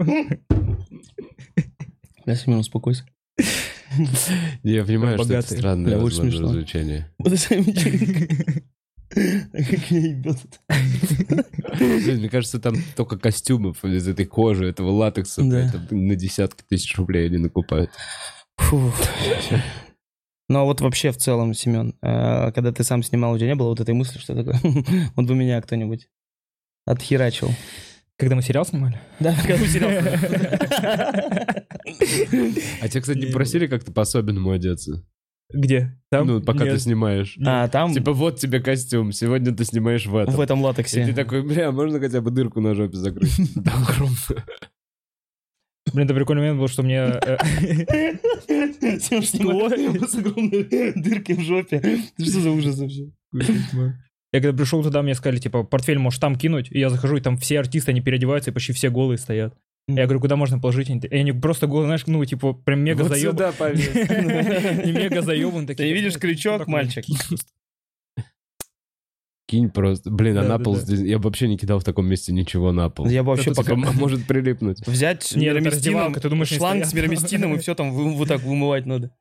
Я, Семен, успокойся. Я понимаю, что это Богатые. странное Да, очень возможно, смешно. развлечение. бэ дэ эс эм вечеринка. Как меня ебет это. Блин, мне кажется, там только костюмов из этой кожи, этого латекса, Да. это на десятки тысяч рублей они накупают. Фу. Ну, а вот вообще в целом, Семен, э, когда ты сам снимал, у тебя не было вот этой мысли, что такое? Вот бы меня кто-нибудь отхерачил. Когда мы сериал снимали? Да, когда мы сериал. А тебя, кстати, не Не просили как-то по-особенному одеться? Где? Там? Ну, пока Нет. ты снимаешь. А, там Типа, вот тебе костюм, сегодня ты снимаешь в этом. в этом И латексе. ты такой, бля, можно хотя бы дырку на жопе закрыть? Там огромная. Блин, это прикольный момент был, что мне... э, Семен снимает с огромной дыркой в жопе. Это что за ужас вообще? Я когда пришел туда, мне сказали, типа, портфель можешь там кинуть. И я захожу, и там все артисты, они переодеваются, и почти все голые стоят. Я говорю, куда можно положить? Они- И они просто голые, знаешь, ну, типа, прям мега Вот заебан. сюда повесь. Не мега заебан. Ты не видишь крючок, мальчик? Кинь просто. Блин, а Да, на да, пол да. здесь... Я бы вообще не кидал в таком месте ничего на пол. Я бы вообще Это пока... Типа, может прилипнуть. Взять Нет, это мироместином, раздевалка, ты думаешь, они шланг стоят? с мироместином, и все там вы- вот так вымывать надо.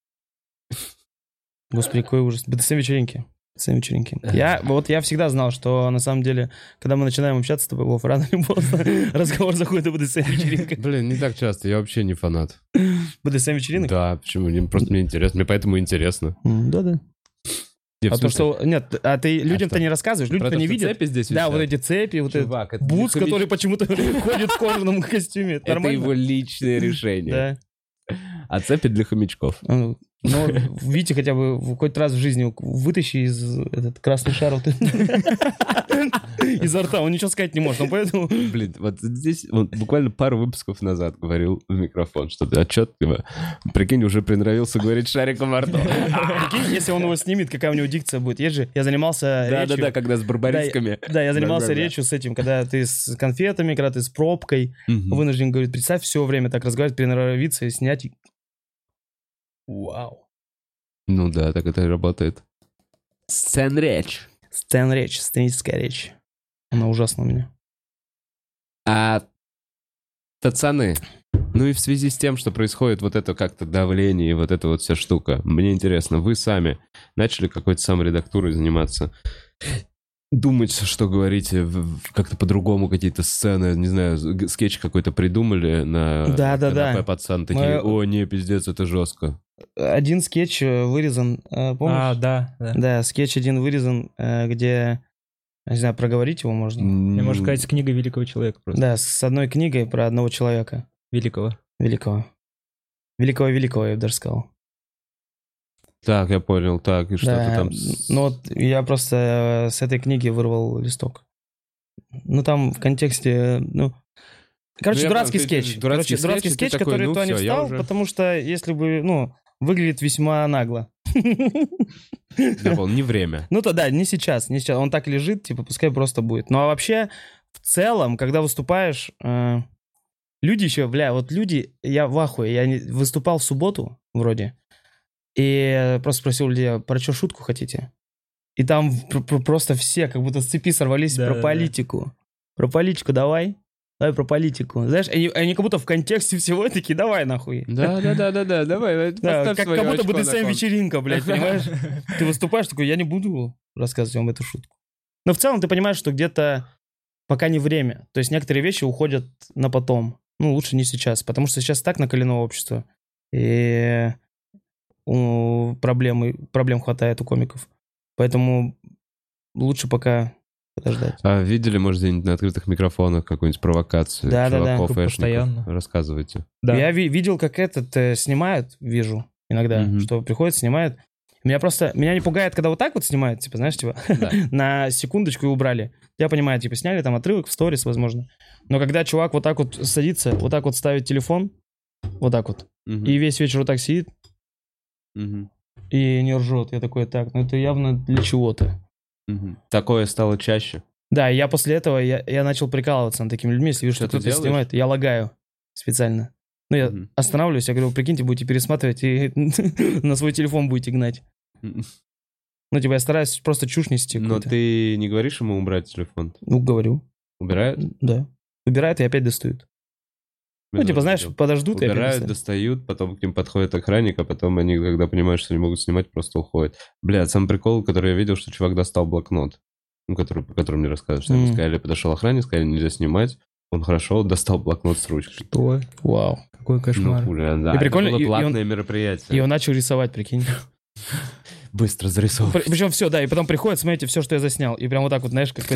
Господи, какой ужас. бэ дэ эс эм вечеринки. бэ дэ эс эм вечеринки. Я, вот я всегда знал, что на самом деле, когда мы начинаем общаться с тобой, Вов, рано или поздно разговор заходит о бэ дэ эс эм вечеринках. Блин, не так часто, я вообще не фанат. бэ дэ эс эм вечеринок? Да, почему? Мне- Просто мне интересно, мне поэтому интересно. М, Да-да. Не, в А то, смысле, что... Нет, а ты людям-то что? не рассказываешь, про люди-то то, не что видят. цепи здесь Да, висят? вот эти цепи, вот этот Чувак, это Бутс, не который почему-то ходит в кожаном костюме. Это Это нормально? его личное решение. Да. А цепи для хомячков. А, ну, Но Витя хотя бы какой-то раз в жизни вытащи из этот красный шар вот изо рта, он ничего сказать не может, он поэтому... Блин, вот здесь он буквально пару выпусков назад говорил в микрофон, что ты отчетливо, прикинь, уже приноровился говорить шариком во рту. Прикинь, если он его снимет, какая у него дикция будет. Есть же, я занимался речью... Да-да-да, когда с барбарисками. Да, я занимался речью с этим, когда ты с конфетами, когда ты с пробкой, вынужден говорить, представь, все время так разговаривать, приноровиться и снять. Вау. Ну да, так это и работает. Сцен-речь. Сцен-речь, сценическая речь. Она ужасна у меня. А пацаны, ну и в связи с тем, что происходит вот это как-то давление и вот эта вот вся штука, мне интересно, вы сами начали какой-то саморедактурой заниматься? Думать, что говорите, как-то по-другому какие-то сцены, не знаю, скетч какой-то придумали на да, да, да. КНП пацан, такие, Мы... о, не, пиздец, это жестко. Один скетч вырезан, помнишь? А, да, да. Да, скетч один вырезан, где, не знаю, проговорить его можно? Я можно сказать, с книгой великого человека просто. Да, с одной книгой про одного человека. Великого. Великого. Великого-великого, я бы даже сказал. Так, я понял, так, и что да, ты там... Ну вот я просто с этой книги вырвал листок. Ну там в контексте, ну... Короче, ну, дурацкий понял, скетч. Ты, Короче, скетч, дурацкий скетч, такой, который ну, никто все, не встал, уже... потому что если бы, ну, выглядит весьма нагло. Я понял, не время. Ну то да, не сейчас, не сейчас. Он так лежит, типа, пускай просто будет. Ну а вообще, в целом, когда выступаешь... Э, люди еще, бля, вот люди, я в ахуе. Я не, выступал в субботу, вроде, и просто спросил людей, про что шутку хотите? И там просто все как будто с цепи сорвались да, про политику. Да. Про политику давай. Давай про политику. Знаешь, они, они как будто в контексте всего такие, давай нахуй. Да-да-да-да-да, давай. Да, как, как будто бы ты сам вечеринка, блядь, понимаешь? Ты выступаешь такой, я не буду рассказывать вам эту шутку. Но в целом ты понимаешь, что где-то пока не время. То есть некоторые вещи уходят на потом. Ну, лучше не сейчас, потому что сейчас так накалено общество. И проблемы, проблем хватает у комиков. Поэтому лучше пока подождать. А видели, может, где-нибудь на открытых микрофонах какую-нибудь провокацию? Да, да, да. Постоянно. Рассказывайте. Да. Я ви- видел, как этот э, снимают, вижу иногда, mm-hmm. что приходит, снимает. Меня просто, меня не пугает, когда вот так вот снимают, типа, знаешь, типа, да. на секундочку и убрали. Я понимаю, типа, сняли там отрывок в сторис, возможно. Но когда чувак вот так вот садится, вот так вот ставит телефон, вот так вот, mm-hmm. и весь вечер вот так сидит, mm-hmm. и не ржет, я такой, так, ну это явно для чего-то. Mm-hmm. Такое стало чаще? Да, я после этого, я, я начал прикалываться над такими людьми, если вижу, что, что кто-то снимает, я лагаю специально. Ну, я mm-hmm. останавливаюсь, я говорю, прикиньте, будете пересматривать и на свой телефон будете гнать. Mm-hmm. Ну, типа, я стараюсь просто чушь нести. Но какую-то. Ты не говоришь ему убрать телефон? Ну, говорю. Убирают? Да. Убирают и опять достают. Ну, типа, знаешь, подождут Убирают, и опять достают, потом к ним подходит охранник, а потом они, когда понимают, что не могут снимать, просто уходят. Бля, сам прикол, который я видел, что чувак достал блокнот, ну, который, по которому мне рассказывают, что mm. ему сказали, подошел охранник, сказали, нельзя снимать. Он хорошо достал блокнот с ручкой. Что? Вау. Какой кошмар. Ну, бля, да. И прикольно, это было платное и он, мероприятие. И он начал рисовать, прикинь. Быстро зарисовывать. Причем все, да, и потом приходит, смотрите, все, что я заснял. И прям вот так вот, знаешь, как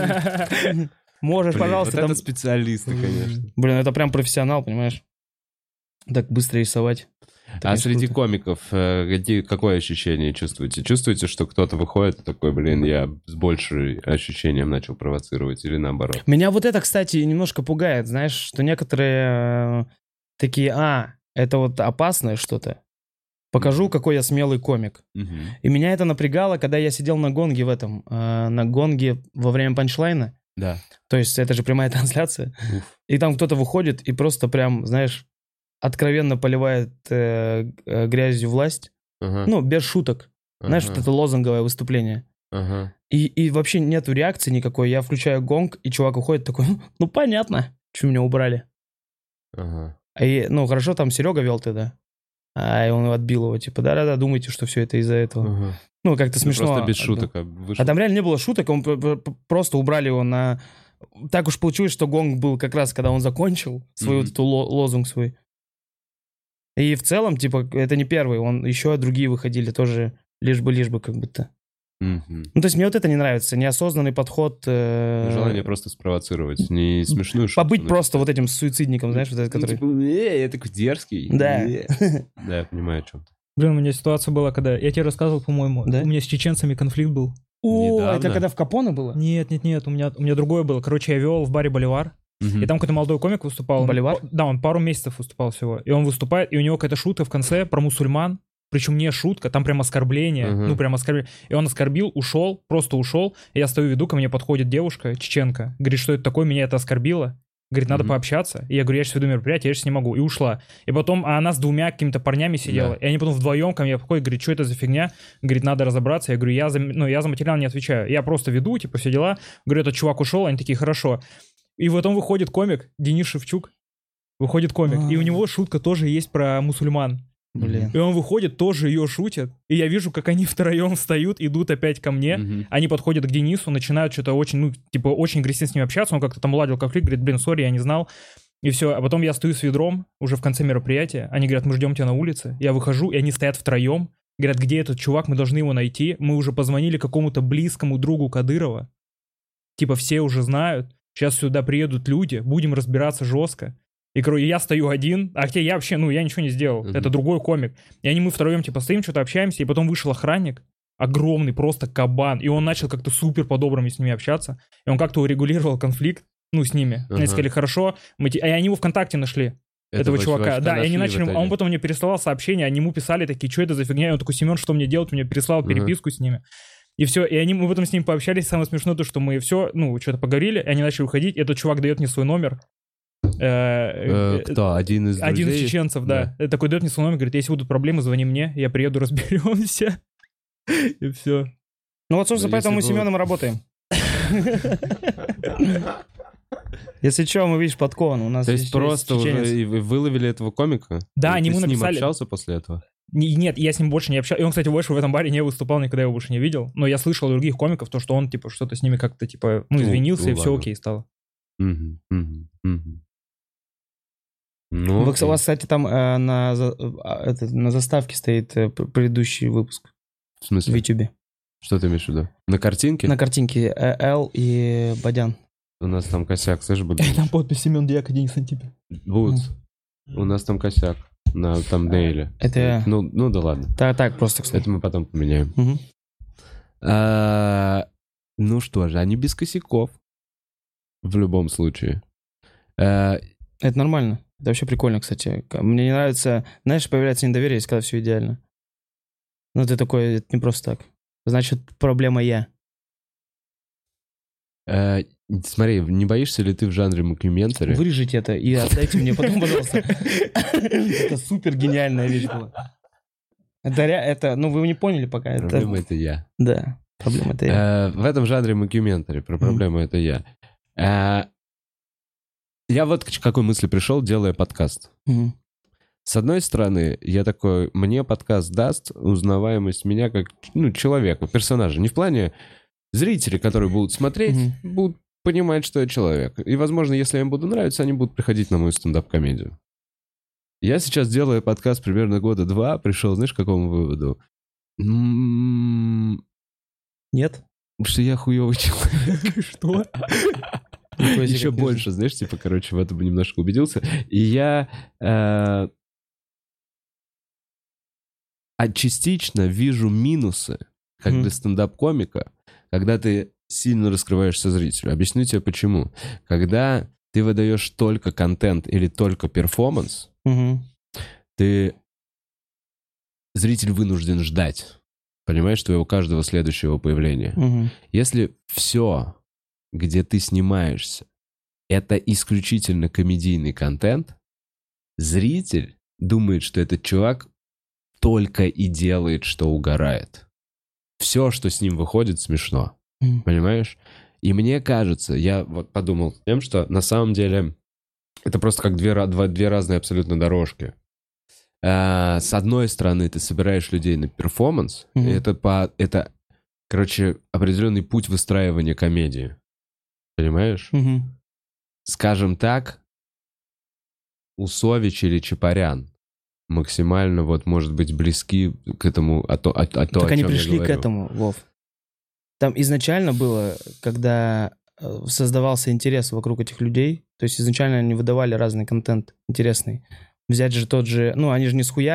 можешь, блин, пожалуйста. Вот там... это специалисты, конечно. Блин, это прям профессионал, понимаешь? Так быстро рисовать. Это а среди круто. Комиков какие, какое ощущение чувствуете? Чувствуете, что кто-то выходит и такой, блин, я с большим ощущением начал провоцировать или наоборот? Меня вот это, кстати, немножко пугает, знаешь, что некоторые э, такие, а, это вот опасное что-то. Покажу, mm-hmm. какой я смелый комик. Mm-hmm. И меня это напрягало, когда я сидел на гонге в этом, э, на гонге во время панчлайна. Да. То есть это же прямая трансляция. Уф. И там кто-то выходит и просто прям, знаешь, откровенно поливает э, э, грязью власть. Uh-huh. Ну, без шуток. Uh-huh. Знаешь, вот это лозунговое выступление. Uh-huh. И, и вообще нету реакции никакой. Я включаю гонг, и чувак уходит такой, ну, понятно, что меня убрали. Uh-huh. И, ну, хорошо, там Серега вел тогда. А он отбил его, типа, да-да-да, думайте, что все это из-за этого. Uh-huh. Ну, как-то смешно. Просто без шуток вышел. А там реально не было шуток, он просто убрали его на... Так уж получилось, что гонг был как раз, когда он закончил свой mm-hmm. вот эту лозунг свой. И в целом, типа, это не первый, он еще другие выходили тоже, лишь бы, лишь бы, как будто. Mm-hmm. Ну, то есть мне вот это не нравится, неосознанный подход. Э... Желание просто спровоцировать, не смешную шутку. Побыть просто вот этим суицидником, знаешь, вот этот, который... Ну, типа, э, я такой дерзкий. Да. Да, я понимаю, о чем ты. Блин, у меня ситуация была, когда... Я тебе рассказывал, по-моему, Да? у меня с чеченцами конфликт был. О, Недавно. это когда в Капоне было? Нет, нет, нет, у меня, у меня другое было. Короче, я вел в баре «Боливар», Мгм. и там какой-то молодой комик выступал. Он- «Боливар»? Да, он пару месяцев выступал всего. И он выступает, и у него какая-то шутка в конце про мусульман. Причем не шутка, там прям оскорбление. Мгм. Ну, прям оскорбление. И он оскорбил, ушел, просто ушел. И я стою, веду, ко мне подходит девушка, чеченка. Говорит, что это такое, меня это оскорбило. Говорит, надо Мгм. пообщаться. И я говорю, я сейчас веду мероприятие, я сейчас не могу. И ушла. И потом, а она с двумя какими-то парнями сидела. Да. И они потом вдвоем ко мне подходят, говорит, что это за фигня? Говорит, надо разобраться. Я говорю, я за, ну, я за материал не отвечаю. Я просто веду, типа, все дела. Говорю, этот чувак ушел, они такие, хорошо. И потом выходит комик, Денис Шевчук. Выходит комик. И у А. него шутка тоже есть про мусульман. Блин. И он выходит, тоже ее шутит. И я вижу, как они втроем встают, идут опять ко мне. Мгм. Они подходят к Денису, начинают что-то очень, ну, типа, очень агрессивно с ним общаться. Он как-то там уладил конфликт, говорит, блин, сори, я не знал. И все. А потом я стою с ведром уже в конце мероприятия. Они говорят, мы ждем тебя на улице. Я выхожу, и они стоят втроем. Говорят, где этот чувак, мы должны его найти. Мы уже позвонили какому-то близкому другу Кадырова. Типа, все уже знают. Сейчас сюда приедут люди, будем разбираться жестко. И, короче, я стою один, а хотя я вообще, ну, я ничего не сделал. Мгм. Это другой комик. И они мы втроем, типа, стоим, что-то общаемся, и потом вышел охранник, огромный, просто кабан, и он начал как-то супер по-доброму с ними общаться, и он как-то урегулировал конфликт, ну, с ними. Ага. Они сказали, хорошо, мы те... а они его ВКонтакте нашли, этого чувака. Да, и они начали, а он потом мне переслал сообщения, они ему писали такие, что это за фигня, и он такой, Семен, что мне делать? Мне переслал Ага. переписку с ними. И все, и они, мы потом с ним пообщались, самое смешное то, что мы все, ну, что-то поговорили, и они начали уходить, этот чувак дает мне свой номер. Э, Э, э, Кто? Один из Один из друзей? чеченцев, да. Э, Такой дает мне свой номер, говорит, если будут проблемы, звони мне, я приеду, разберемся. И все. Ну вот, собственно, Ну, поэтому мы с если бы- Семеном и работаем. Если что, мы, видишь, подкован. У нас То есть здесь просто чеченец. уже и вы выловили этого комика? Да, И они ты ему с ним написали- общался после этого? Не- Нет, я с ним больше не общался. И он, кстати, больше в этом баре не выступал, никогда его больше не видел. Но я слышал от других комиков, то, что он, типа, что-то с ними как-то, типа, ну, Ну, извинился, ну, и все ладно. окей стало. Мгм, мгм, мгм. Ну, Вы, окей. у вас, кстати, там э, на, за- а, это, на заставке стоит э, п- предыдущий выпуск В в смысле? Ютубе. Что ты имеешь в виду? На картинке? На картинке э, Эл и Бадян. У нас там косяк, слышишь, будет? Там подпись Семен Дьяк и Денис Антипин. Бутс. У нас там косяк на тамбнейле. Это- Ну, ну да ладно. Так, так, просто, кстати. Это мы потом поменяем. Мгм. А, Ну что же, они без косяков. В любом случае. А, Это нормально. Это вообще прикольно, кстати. К- Мне не нравится... Знаешь, появляется недоверие, если когда все идеально. Ну, ты такой, это не просто так. Значит, проблема я. а, Смотри, не боишься ли ты в жанре мокюментари? Вырежите это и отдайте мне потом, пожалуйста. Это супер гениальная вещь была. Это, ре- это, ну, вы не поняли пока. Это, Проблема это я. да, проблема это я. Э, В этом жанре мокюментари. Про проблему это я. Э, Я вот к какой мысли пришел, делая подкаст. Мгм. С одной стороны, я такой, мне подкаст даст узнаваемость меня как, ну, человека, персонажа. Не в плане зрителей, которые будут смотреть, Мгм. будут понимать, что я человек. И, возможно, если им буду нравиться, они будут приходить на мою стендап-комедию. Я сейчас, делая подкаст примерно года два, пришел, знаешь, к какому выводу? М, Нет? Что я хуёвый человек. Что? Никакой Еще секрет не больше, знаешь, типа, короче, в этом немножко убедился. И я э, а частично вижу минусы, как Мгм. для стендап-комика, когда ты сильно раскрываешься зрителю. Объясню тебе почему. Когда ты выдаешь только контент или только перформанс, Мгм. ты... Зритель вынужден ждать. Понимаешь, твоего каждого следующего появления. Мгм. Если все, где ты снимаешься, это исключительно комедийный контент, зритель думает, что этот чувак только и делает, что угорает. Все, что с ним выходит, смешно. Мгм. Понимаешь? И мне кажется, я вот подумал тем, что на самом деле это просто как две, ра- два- две разные абсолютно дорожки. А, с одной стороны, ты собираешь людей на перформанс, и Мгм. это, по, это, короче, определенный путь выстраивания комедии. Понимаешь? Мгм. Скажем так, Усович или Чапарян максимально вот, может быть, близки к этому, а то, а, а то, Так о они чем я пришли к говорю. этому, Вов. Там изначально было, когда э, создавался интерес вокруг этих людей, то есть изначально они выдавали разный контент интересный. Взять же тот же, ну, они же не с хуя,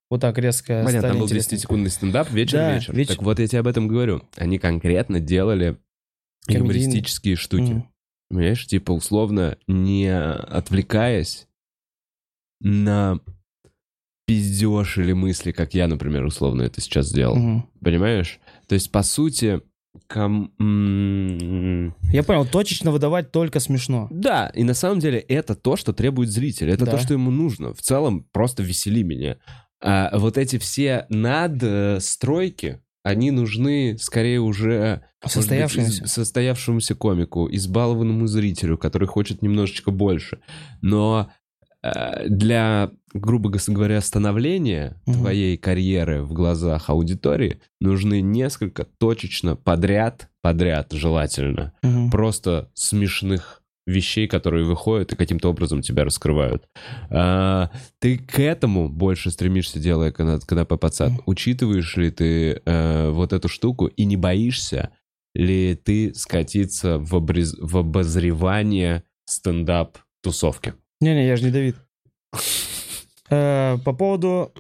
вот так резко Понятно, стали там был интересны. десятисекундный стендап вечер-вечер. Да, вечер. Так вот я тебе об этом говорю. Они конкретно делали Комедийные. юмористические штуки. Мгм. Понимаешь, типа условно не отвлекаясь на пиздеж или мысли, как я, например, условно это сейчас сделал. Мгм. Понимаешь? То есть, по сути, ком- м, Я понял, точечно выдавать только смешно. да, и на самом деле это то, что требует зрителя. Это Да. то, что ему нужно. В целом, просто весели меня. А вот эти все надстройки, они нужны скорее уже может быть, Состоявшимся. из- состоявшемуся комику, избалованному зрителю, который хочет немножечко больше. Но э, для, грубо говоря, становления Мгм. твоей карьеры в глазах аудитории нужны несколько точечно подряд, подряд желательно, Мгм. просто смешных вещей, которые выходят и каким-то образом тебя раскрывают. А, ты к этому больше стремишься, делая когда, когда пацан. Мгм. Учитываешь ли ты э, вот эту штуку и не боишься ли ты скатиться в, обрез- в обозревание стендап-тусовки? Не-не, я же не Давид. Э, По поводу...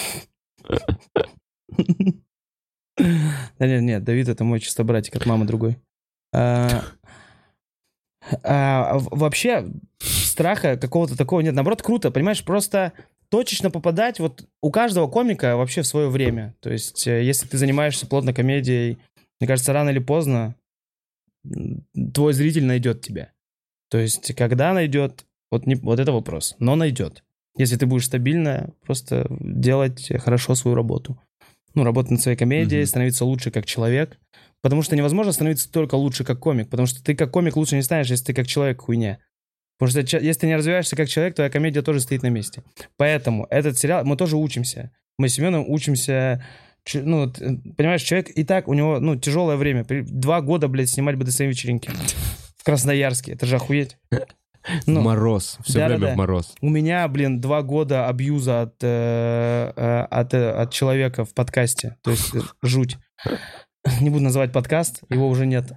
Да нет, нет, Давид — это мой чисто братик, от мамы другой. А, а, в- Вообще страха какого-то такого нет. Наоборот, круто, понимаешь, просто точечно попадать вот у каждого комика вообще в свое время. То есть э, если ты занимаешься плотно комедией, мне кажется, рано или поздно м, твой зритель найдет тебя. То есть когда найдет, вот, не, вот это вопрос, но найдет. Если ты будешь стабильно просто делать хорошо свою работу. Ну, работать над своей комедией, Мгм. становиться лучше как человек. Потому что невозможно становиться только лучше как комик. Потому что ты как комик лучше не станешь, если ты как человек хуйня. Потому что че- если ты не развиваешься как человек, твоя комедия тоже стоит на месте. Поэтому этот сериал, мы тоже учимся. Мы с Семеном учимся. Ч- Ну, вот, э, понимаешь, человек и так, у него, ну, тяжелое время. При- Два года, блядь, снимать бэ дэ эс эм-вечеринки. В Красноярске. Это же охуеть. Ну, в мороз. Все да-да-да. время в мороз. У меня, блин, два года абьюза от, э, э, от, э, от человека в подкасте. То есть э, жуть. Не буду называть подкаст, его уже нет.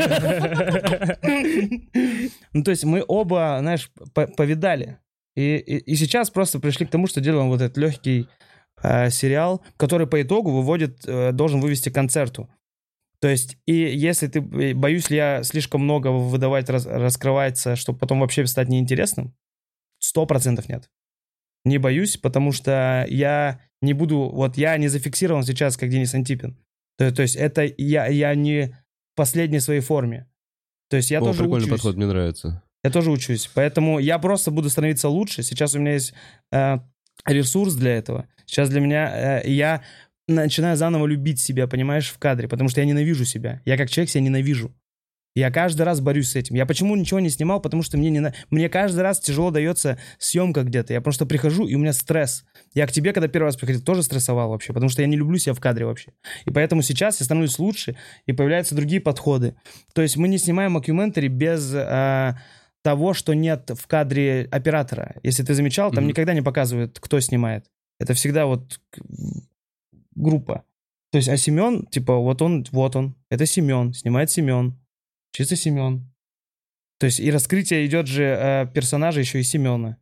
Ну, то есть мы оба, знаешь, по- повидали. И, и, и сейчас просто пришли к тому, что делаем вот этот легкий э, сериал, который по итогу выводит, э, должен вывести к концерту. То есть, и если ты, э, боюсь ли я слишком много выдавать, рас- раскрывается, чтобы потом вообще стать неинтересным? Сто процентов нет. Не боюсь, потому что я не буду, вот я не зафиксирован сейчас, как Денис Антипин. То, то есть это я, я не в последней своей форме. То есть я О, тоже прикольный учусь. подход, мне нравится. Я тоже учусь. Поэтому я просто буду становиться лучше. Сейчас у меня есть э, ресурс для этого. Сейчас для меня... э, я начинаю заново любить себя, понимаешь, в кадре. Потому что я ненавижу себя. Я как человек себя ненавижу. Я каждый раз борюсь с этим. Я почему ничего не снимал? Потому что мне, не на... мне каждый раз тяжело дается съемка где-то. Я просто прихожу, и у меня стресс. Я к тебе, когда первый раз приходил, тоже стрессовал вообще, потому что я не люблю себя в кадре вообще. И поэтому сейчас я становлюсь лучше, и появляются другие подходы. То есть мы не снимаем мокюментари без а, того, что нет в кадре оператора. Если ты замечал, там Мгм. никогда не показывают, кто снимает. Это всегда вот к- группа. То есть, а Семен, типа, вот он, вот он, это Семен, снимает Семен. Чисто Семен. То есть и раскрытие идет же э, персонажа еще и Семена.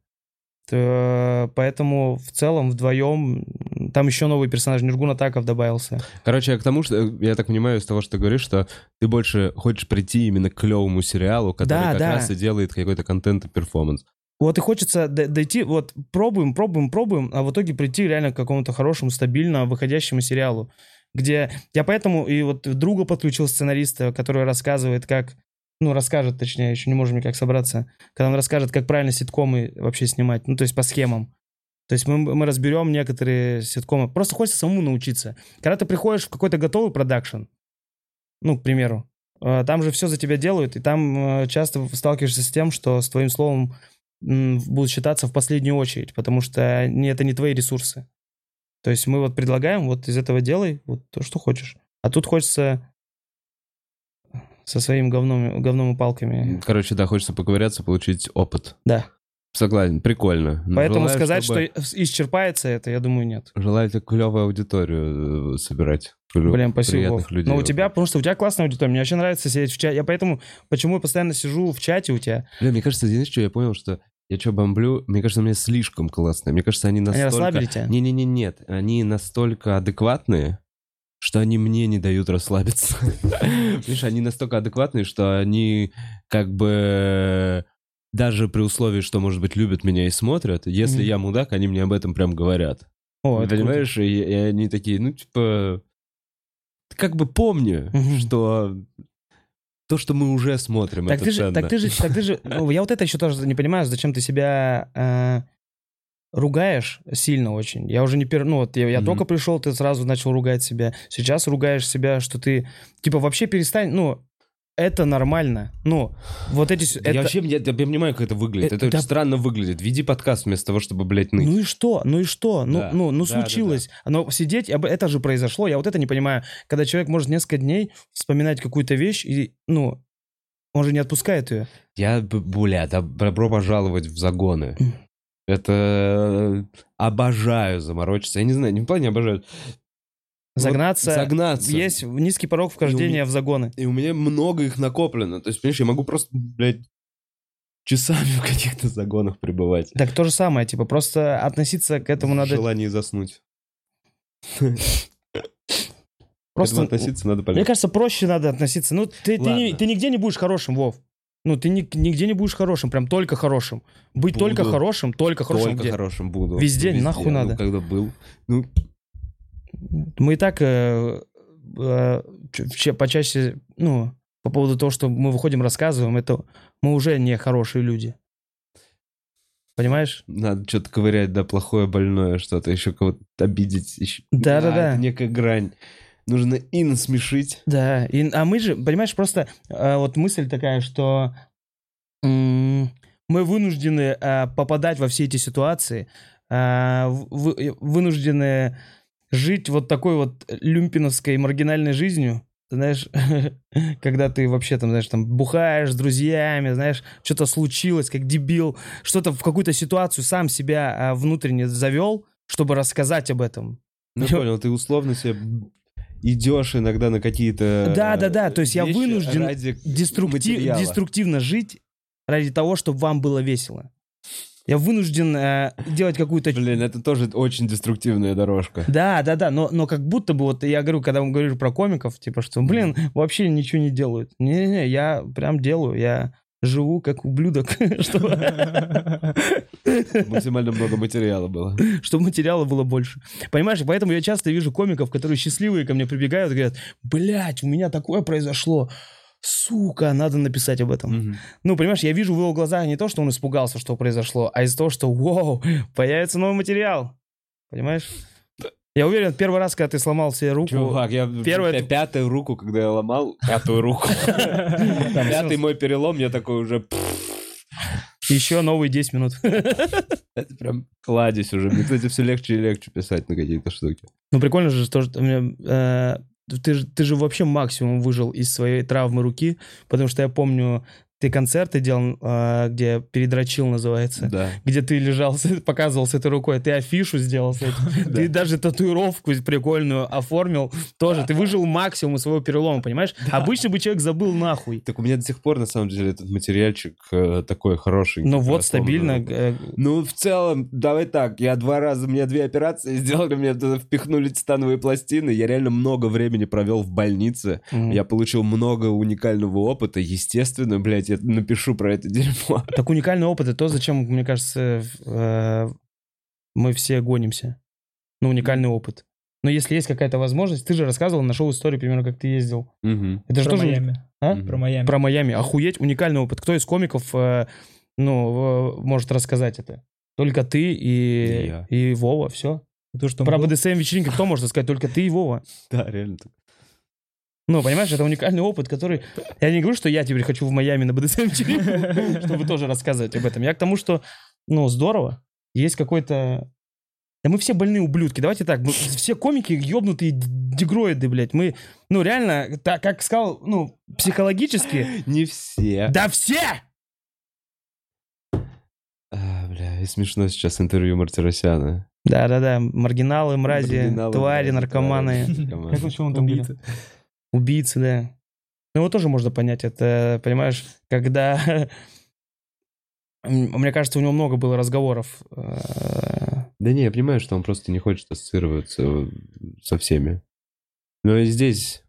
То, поэтому в целом вдвоем м, там еще новый персонаж, Нургун Атаков добавился. Короче, к тому, что я так понимаю из того, что ты говоришь, что ты больше хочешь прийти именно к клевому сериалу, который Да, как да. раз и делает какой-то контент и перформанс. Вот и хочется д- дойти, вот пробуем, пробуем, пробуем, а в итоге прийти реально к какому-то хорошему, стабильно выходящему сериалу, где я поэтому и вот друга подключил сценариста, который рассказывает, как, ну, расскажет, точнее, еще не можем никак собраться, когда он расскажет, как правильно ситкомы вообще снимать, ну, то есть по схемам. То есть мы, мы разберем некоторые ситкомы. Просто хочется самому научиться. Когда ты приходишь в какой-то готовый продакшн, ну, к примеру, э, там же все за тебя делают, и там э, часто сталкиваешься с тем, что с твоим словом м, будут считаться в последнюю очередь, потому что не, это не твои ресурсы. То есть мы вот предлагаем, вот из этого делай вот то, что хочешь. А тут хочется со своим говном, говном и палками. Короче, да, хочется поковыряться, получить опыт. Да. Согласен, прикольно. Поэтому Желаю, сказать, чтобы- что исчерпается это, я думаю, нет. Желаю тебе клевую аудиторию э, собирать. Клё- Блин, спасибо, приятных Вов. людей. Но у тебя, потому что у тебя классная аудитория. Мне вообще нравится сидеть в чате. Я поэтому, почему я постоянно сижу в чате у тебя. Бля, мне кажется, знаешь, что я понял, что Я что, бомблю? Мне кажется, у меня слишком классные. Мне кажется, они настолько... Они расслабили тебя? Не-не-не, нет. Они настолько адекватные, что они мне не дают расслабиться. Видишь, они настолько адекватные, что они как бы... Даже при условии, что, может быть, любят меня и смотрят, если я мудак, они мне об этом прям говорят. О, понимаешь? И, и они такие, ну, типа... Как бы помню, Мгм. что... То, что мы уже смотрим, Так это ты же, ценно. так ты же, так ты же, ну, я вот это еще тоже не понимаю, зачем ты себя э, ругаешь сильно очень. Я уже не пер, ну вот я, я Мгм. только пришел, ты сразу начал ругать себя. Сейчас ругаешь себя, что ты, типа вообще перестань, ну это нормально. Ну вот эти, с- Я это- вообще я, я понимаю, как это выглядит. Э, Это да. очень странно выглядит. Веди подкаст вместо того, чтобы, блядь, ныть. ну и что, ну и что, ну Да, ну ну да, да, случилось. Но сидеть, об- это же произошло. Я вот это не понимаю, когда человек может несколько дней вспоминать какую-то вещь и ну он же не отпускает ее. Я, б- бля, добро пожаловать в загоны. Мгм. Это э, обожаю заморочиться. Я не знаю, не в плане обожаю. Вот Загнаться. загнаться. Есть низкий порог вхождения в загоны. И у меня много их накоплено. То есть, понимаешь, я могу просто, блядь, часами в каких-то загонах пребывать. Так то же самое, типа, просто относиться к этому В надо желании заснуть. К просто... этому относиться надо Мне полегче. кажется, проще надо относиться. Ну, ты, ты, не- Ладно. ты нигде не будешь хорошим, Вов. Ну, ты ни- нигде не будешь хорошим, прям только хорошим. Быть Буду. только хорошим, только хорошим Только где? хорошим буду. Везде, нахуй Ну, надо. когда был. Ну, Мы и так э, э, ч- ч- почаще, ну, по поводу того, что мы выходим, рассказываем, это мы уже не хорошие люди. Понимаешь? надо что-то ковырять, да, плохое, больное, что-то, еще кого-то обидеть. Еще... Да-да-да. А, это некая грань. Нужно и насмешить. Да, и, а мы же, понимаешь, просто э, вот мысль такая, что м, мы вынуждены э, попадать во все эти ситуации, э, вы- вынуждены жить вот такой вот люмпиновской маргинальной жизнью, знаешь, когда ты вообще там, знаешь, там бухаешь с друзьями, знаешь, что-то случилось, как дебил, что-то в какую-то ситуацию сам себя э, внутренне завел, чтобы рассказать об этом. Ну, Я- понял, ты условно себе идешь иногда на какие-то... Да, да, да, то есть я вещи вынужден ради деструктив- материала. деструктивно жить ради того, чтобы вам было весело. Я вынужден э, делать какую-то... Блин, это тоже очень деструктивная дорожка. Да, да, да, но, но как будто бы, вот я говорю, когда мы говорим про комиков, типа, что, блин, вообще ничего не делают. Не-не-не, я прям делаю, я живу как ублюдок, чтобы Максимально много материала было. чтобы материала было больше. Понимаешь, и поэтому я часто вижу комиков, которые счастливые ко мне прибегают и говорят, блядь, у меня такое произошло, сука, надо написать об этом. Мгм. Ну, понимаешь, я вижу в его глазах не то, что он испугался, что произошло, а из-за того, что, вау, появится новый материал. Понимаешь? Я уверен, первый раз, когда ты сломал себе руку... Чувак, я Первое- пя- пятую руку, когда я ломал, пятую руку, пятый мой перелом, я такой уже... Еще новые десять минут. Это прям кладезь уже. Мне, кстати, все легче и легче писать на какие-то штуки. Ну, прикольно же, что что у меня, э, ты, же- ты же вообще максимум выжил из своей травмы руки, потому что я помню, ты концерты делал, э, где «Передрочил» называется, Да. где ты лежал, с- показывал с этой рукой, ты афишу сделал с этим, ты даже татуировку прикольную оформил, тоже, ты выжил максимум из своего перелома, понимаешь? Обычно бы человек забыл нахуй. Так у меня до сих пор, на самом деле, этот материальчик э, такой хороший. Ну вот, стабильно. э, Ну, в целом, давай так, я два раза, мне две операции сделали, мне туда впихнули титановые пластины, я реально много времени провел в больнице, м. я получил много уникального опыта, естественно, блядь, я напишу про это дерьмо. Так уникальный опыт — это то, зачем, мне кажется, э, мы все гонимся. Ну, уникальный опыт. Но если есть какая-то возможность, ты же рассказывал, нашел историю, примерно, как ты ездил. Мгм. Это же Про тоже... Майами. А? Мгм. Про Майами. Про Майами. Охуеть, уникальный опыт. Кто из комиков, э, ну, в- может рассказать это? Только ты и, И я. и Вова, все. То, что он Про был- БДСМ-вечеринки кто может сказать? Только ты и Вова. Да, реально. так. Ну, понимаешь, это уникальный опыт, который... Я не говорю, что я теперь хочу в Майами на БДСМ-вечеринку, чтобы тоже рассказывать об этом. Я к тому, что, ну, здорово. Есть какой-то... Да мы все больные ублюдки. Давайте так, мы все комики ебнутые дегроиды, блядь. Мы, ну, реально, так, как сказал, ну, психологически... Не все. Да все! А, бля, и смешно сейчас интервью Мартиросяна. Да-да-да, маргиналы, мрази, Маргиналы, твари, мрази, наркоманы. твари, наркоманы. Как что он там говорил? Убийцы. Убийцы, да. Ну, его тоже можно понять. Это, понимаешь, когда Мне кажется, у него много было разговоров. э, Да не, я понимаю, что он просто не хочет ассоциироваться со всеми. Но и здесь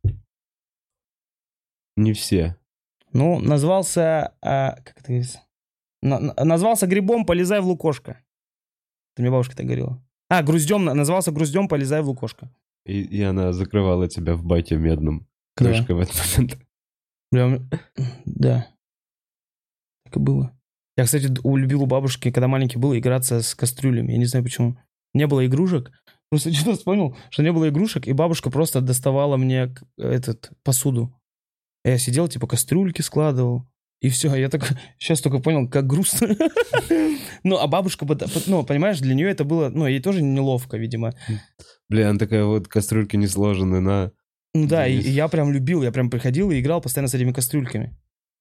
не все. Ну, назвался... а, как это говорится? На- на- назвался грибом «Полезай в лукошко». Это мне бабушка так говорила. А, груздем, назвался груздем «Полезай в лукошко». И, и она закрывала тебя в баке медном крышкой в этот момент. Прям, да. Так и было. Я, кстати, д- любил у бабушки, когда маленький был, играться с кастрюлями. Я не знаю почему. Не было игрушек. Просто что-то вспомнил, что не было игрушек, и бабушка просто доставала мне к- этот, посуду. А я сидел, типа, кастрюльки складывал. И все, я так сейчас только понял, как грустно. Ну, а бабушка, бы- ну, понимаешь, для нее это было, ну, ей тоже неловко, видимо. Блин, она такая вот кастрюлька не сложенная на... Ну да, и, Денис. и я прям любил, я прям приходил и играл постоянно с этими кастрюльками.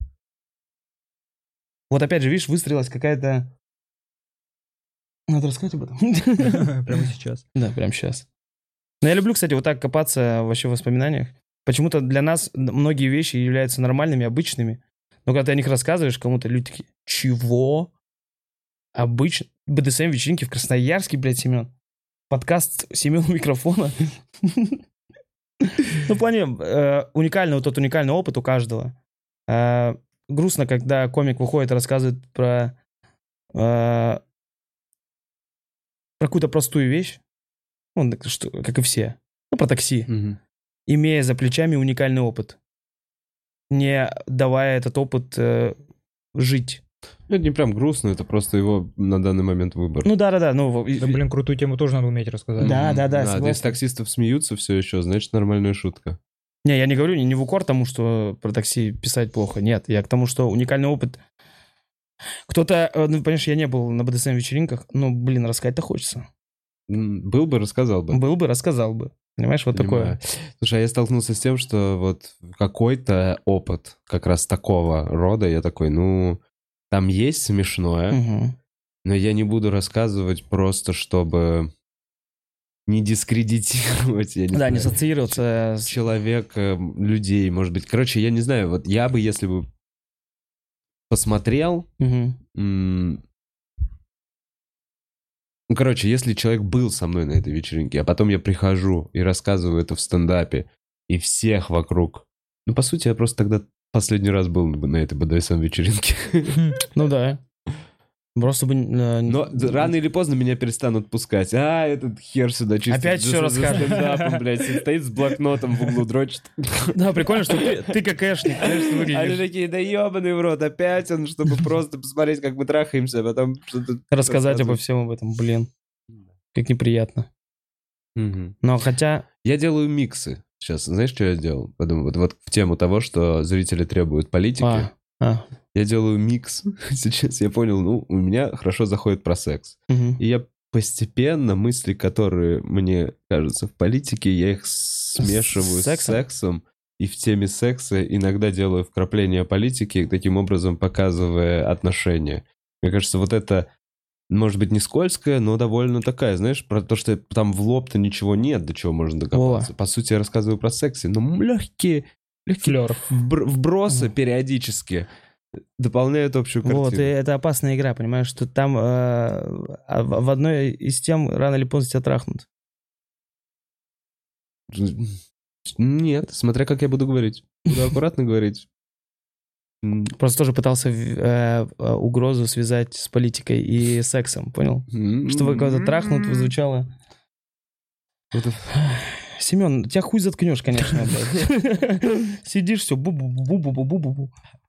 Вот опять же, видишь, выстроилась какая-то... Надо рассказать об этом. Прямо сейчас. Да, прям сейчас. Но я люблю, кстати, вот так копаться вообще в воспоминаниях. Почему-то для нас многие вещи являются нормальными, обычными. Но когда ты о них рассказываешь кому-то, люди такие, чего? Обычно? БДСМ-вечеринки в Красноярске, блядь, Семен. Подкаст Семен у микрофона. Ну, в плане, э, уникальный вот тот уникальный опыт у каждого. Э, грустно, когда комик выходит и рассказывает про, э, про какую-то простую вещь, ну, так что, как и все, ну, про такси, Мгм. имея за плечами уникальный опыт, не давая этот опыт э, жить. Ну, это не прям грустно, это просто его на данный момент выбор. Ну, да-да-да. Ну, Да, блин, крутую тему тоже надо уметь рассказать. Да, да, да, Если согласен. таксистов смеются все еще, значит, нормальная шутка. Не, я не говорю не, не в укор тому, что про такси писать плохо. Нет, я к тому, что уникальный опыт. Кто-то, э, ну, понимаешь, я не был на БДСМ-вечеринках, но, блин, рассказать-то хочется. М, Был бы, рассказал бы. Был бы, рассказал бы. Понимаешь, вот Понимаю. такое. Слушай, а я столкнулся с тем, что вот какой-то опыт как раз такого рода, я такой, ну, там есть смешное, Мгм. но я не буду рассказывать просто, чтобы не дискредитировать, я не Да, знаю, не ассоциироваться с... человека, людей, может быть. Короче, я не знаю, вот я бы, если бы посмотрел, Мгм. м, ну, короче, если человек был со мной на этой вечеринке, а потом я прихожу и рассказываю это в стендапе, и всех вокруг, ну, по сути, я просто тогда последний раз был на этой БДСМ-вечеринке. Ну да. Просто бы... э, Но рано или поздно меня перестанут пускать. А, этот хер сюда чисто. Опять за- всё за расскажет. стендапом, блядь, стоит с блокнотом в углу, дрочит. Да, прикольно, что ты, ты как Эшник, знаешь, ты Они выглядишь. такие, да ебаный в рот, опять он, чтобы просто посмотреть, как мы трахаемся, а потом что-то... Рассказать обо рассказывать. всем об этом, блин. Как неприятно. Мгм. Но хотя... Я делаю миксы. Сейчас, знаешь, что я делал? Подумал, вот, вот в тему того, что зрители требуют политики. А, а, Я делаю микс. Сейчас я понял, ну, у меня хорошо заходит про секс. мгм. И я постепенно мысли, которые мне кажутся в политике, я их смешиваю с сексом? сексом. И в теме секса иногда делаю вкрапления политики, таким образом показывая отношения. Мне кажется, вот это, может быть, не скользкая, но довольно такая, знаешь, про то, что там в лоб-то ничего нет, до чего можно докопаться. О. По сути, я рассказываю про секс, но легкие, легкие Флёр. вбр- вбросы Мгм. периодически дополняют общую картину. Вот, и это опасная игра, понимаешь, что там э, а в в одной из тем рано или поздно тебя трахнут. Нет, смотря как я буду говорить. Буду аккуратно говорить. М, Просто тоже пытался в- э, э, угрозу связать с политикой и сексом, понял? м, Чтобы кого-то трахнут, звучало. Вот это- Семен, тебя хуй заткнешь, конечно, блядь. Сидишь, все, бу-бу-бу-бу-бу-бу-бу.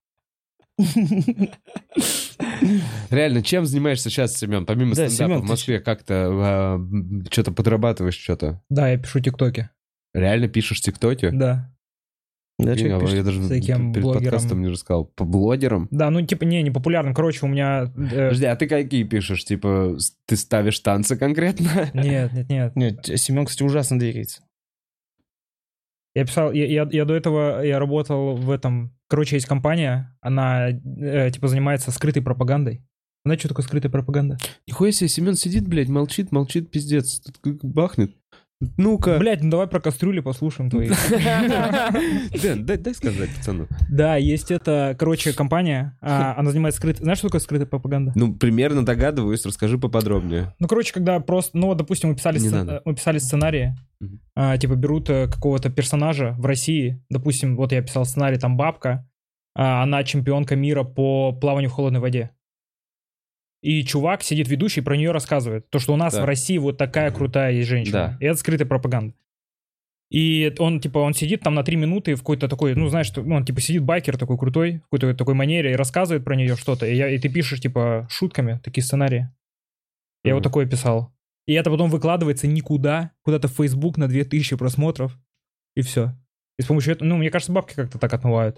Реально, чем занимаешься сейчас, Семен? Помимо Да, стендапа Семен, в ты Москве, как-то что-то подрабатываешь, что-то? Да, я пишу тиктоки. Реально пишешь тиктоки? Да. Да, Фига, человек я пишет. даже всяким перед блогерам. подкастом не рассказал. По блогерам? Да, ну типа не, не популярным. Короче, у меня... э, Подожди, а ты какие пишешь? Типа, с- ты ставишь танцы конкретно? Нет, нет, нет. Нет, Семен, кстати, ужасно двигается. Я писал, я, я, я до этого я работал в этом... Короче, есть компания, она э, типа занимается скрытой пропагандой. Знаете, что такое скрытая пропаганда? Нихуя себе, Семен сидит, блядь, молчит, молчит, пиздец. Тут как бахнет. Ну-ка. Блядь, ну давай про кастрюли послушаем твои. Дэн, дай, дай сказать пацану. Да, есть это, короче, компания, а, она занимается скрытой... Знаешь, что такое скрытая пропаганда? Ну, примерно догадываюсь, расскажи поподробнее. Ну, короче, когда просто, ну, вот, допустим, мы писали, Не сцен- надо. мы писали сценарии, Мгм. а, типа берут э, какого-то персонажа в России, допустим, вот я писал сценарий, там бабка, а, она чемпионка мира по плаванию в холодной воде. И чувак сидит ведущий, про нее рассказывает. То, что у нас Так. в России вот такая крутая есть женщина. Да. И это скрытая пропаганда. И он, типа, он сидит там на три минуты в какой-то такой, ну, знаешь, ну, он, типа, сидит байкер такой крутой, в какой-то такой манере и рассказывает про нее что-то. И, я, и ты пишешь, типа, шутками такие сценарии. Я Мгм. вот такое писал. И это потом выкладывается никуда, куда-то в Facebook на две тысячи просмотров. И все. И с помощью этого, ну, мне кажется, бабки как-то так отмывают.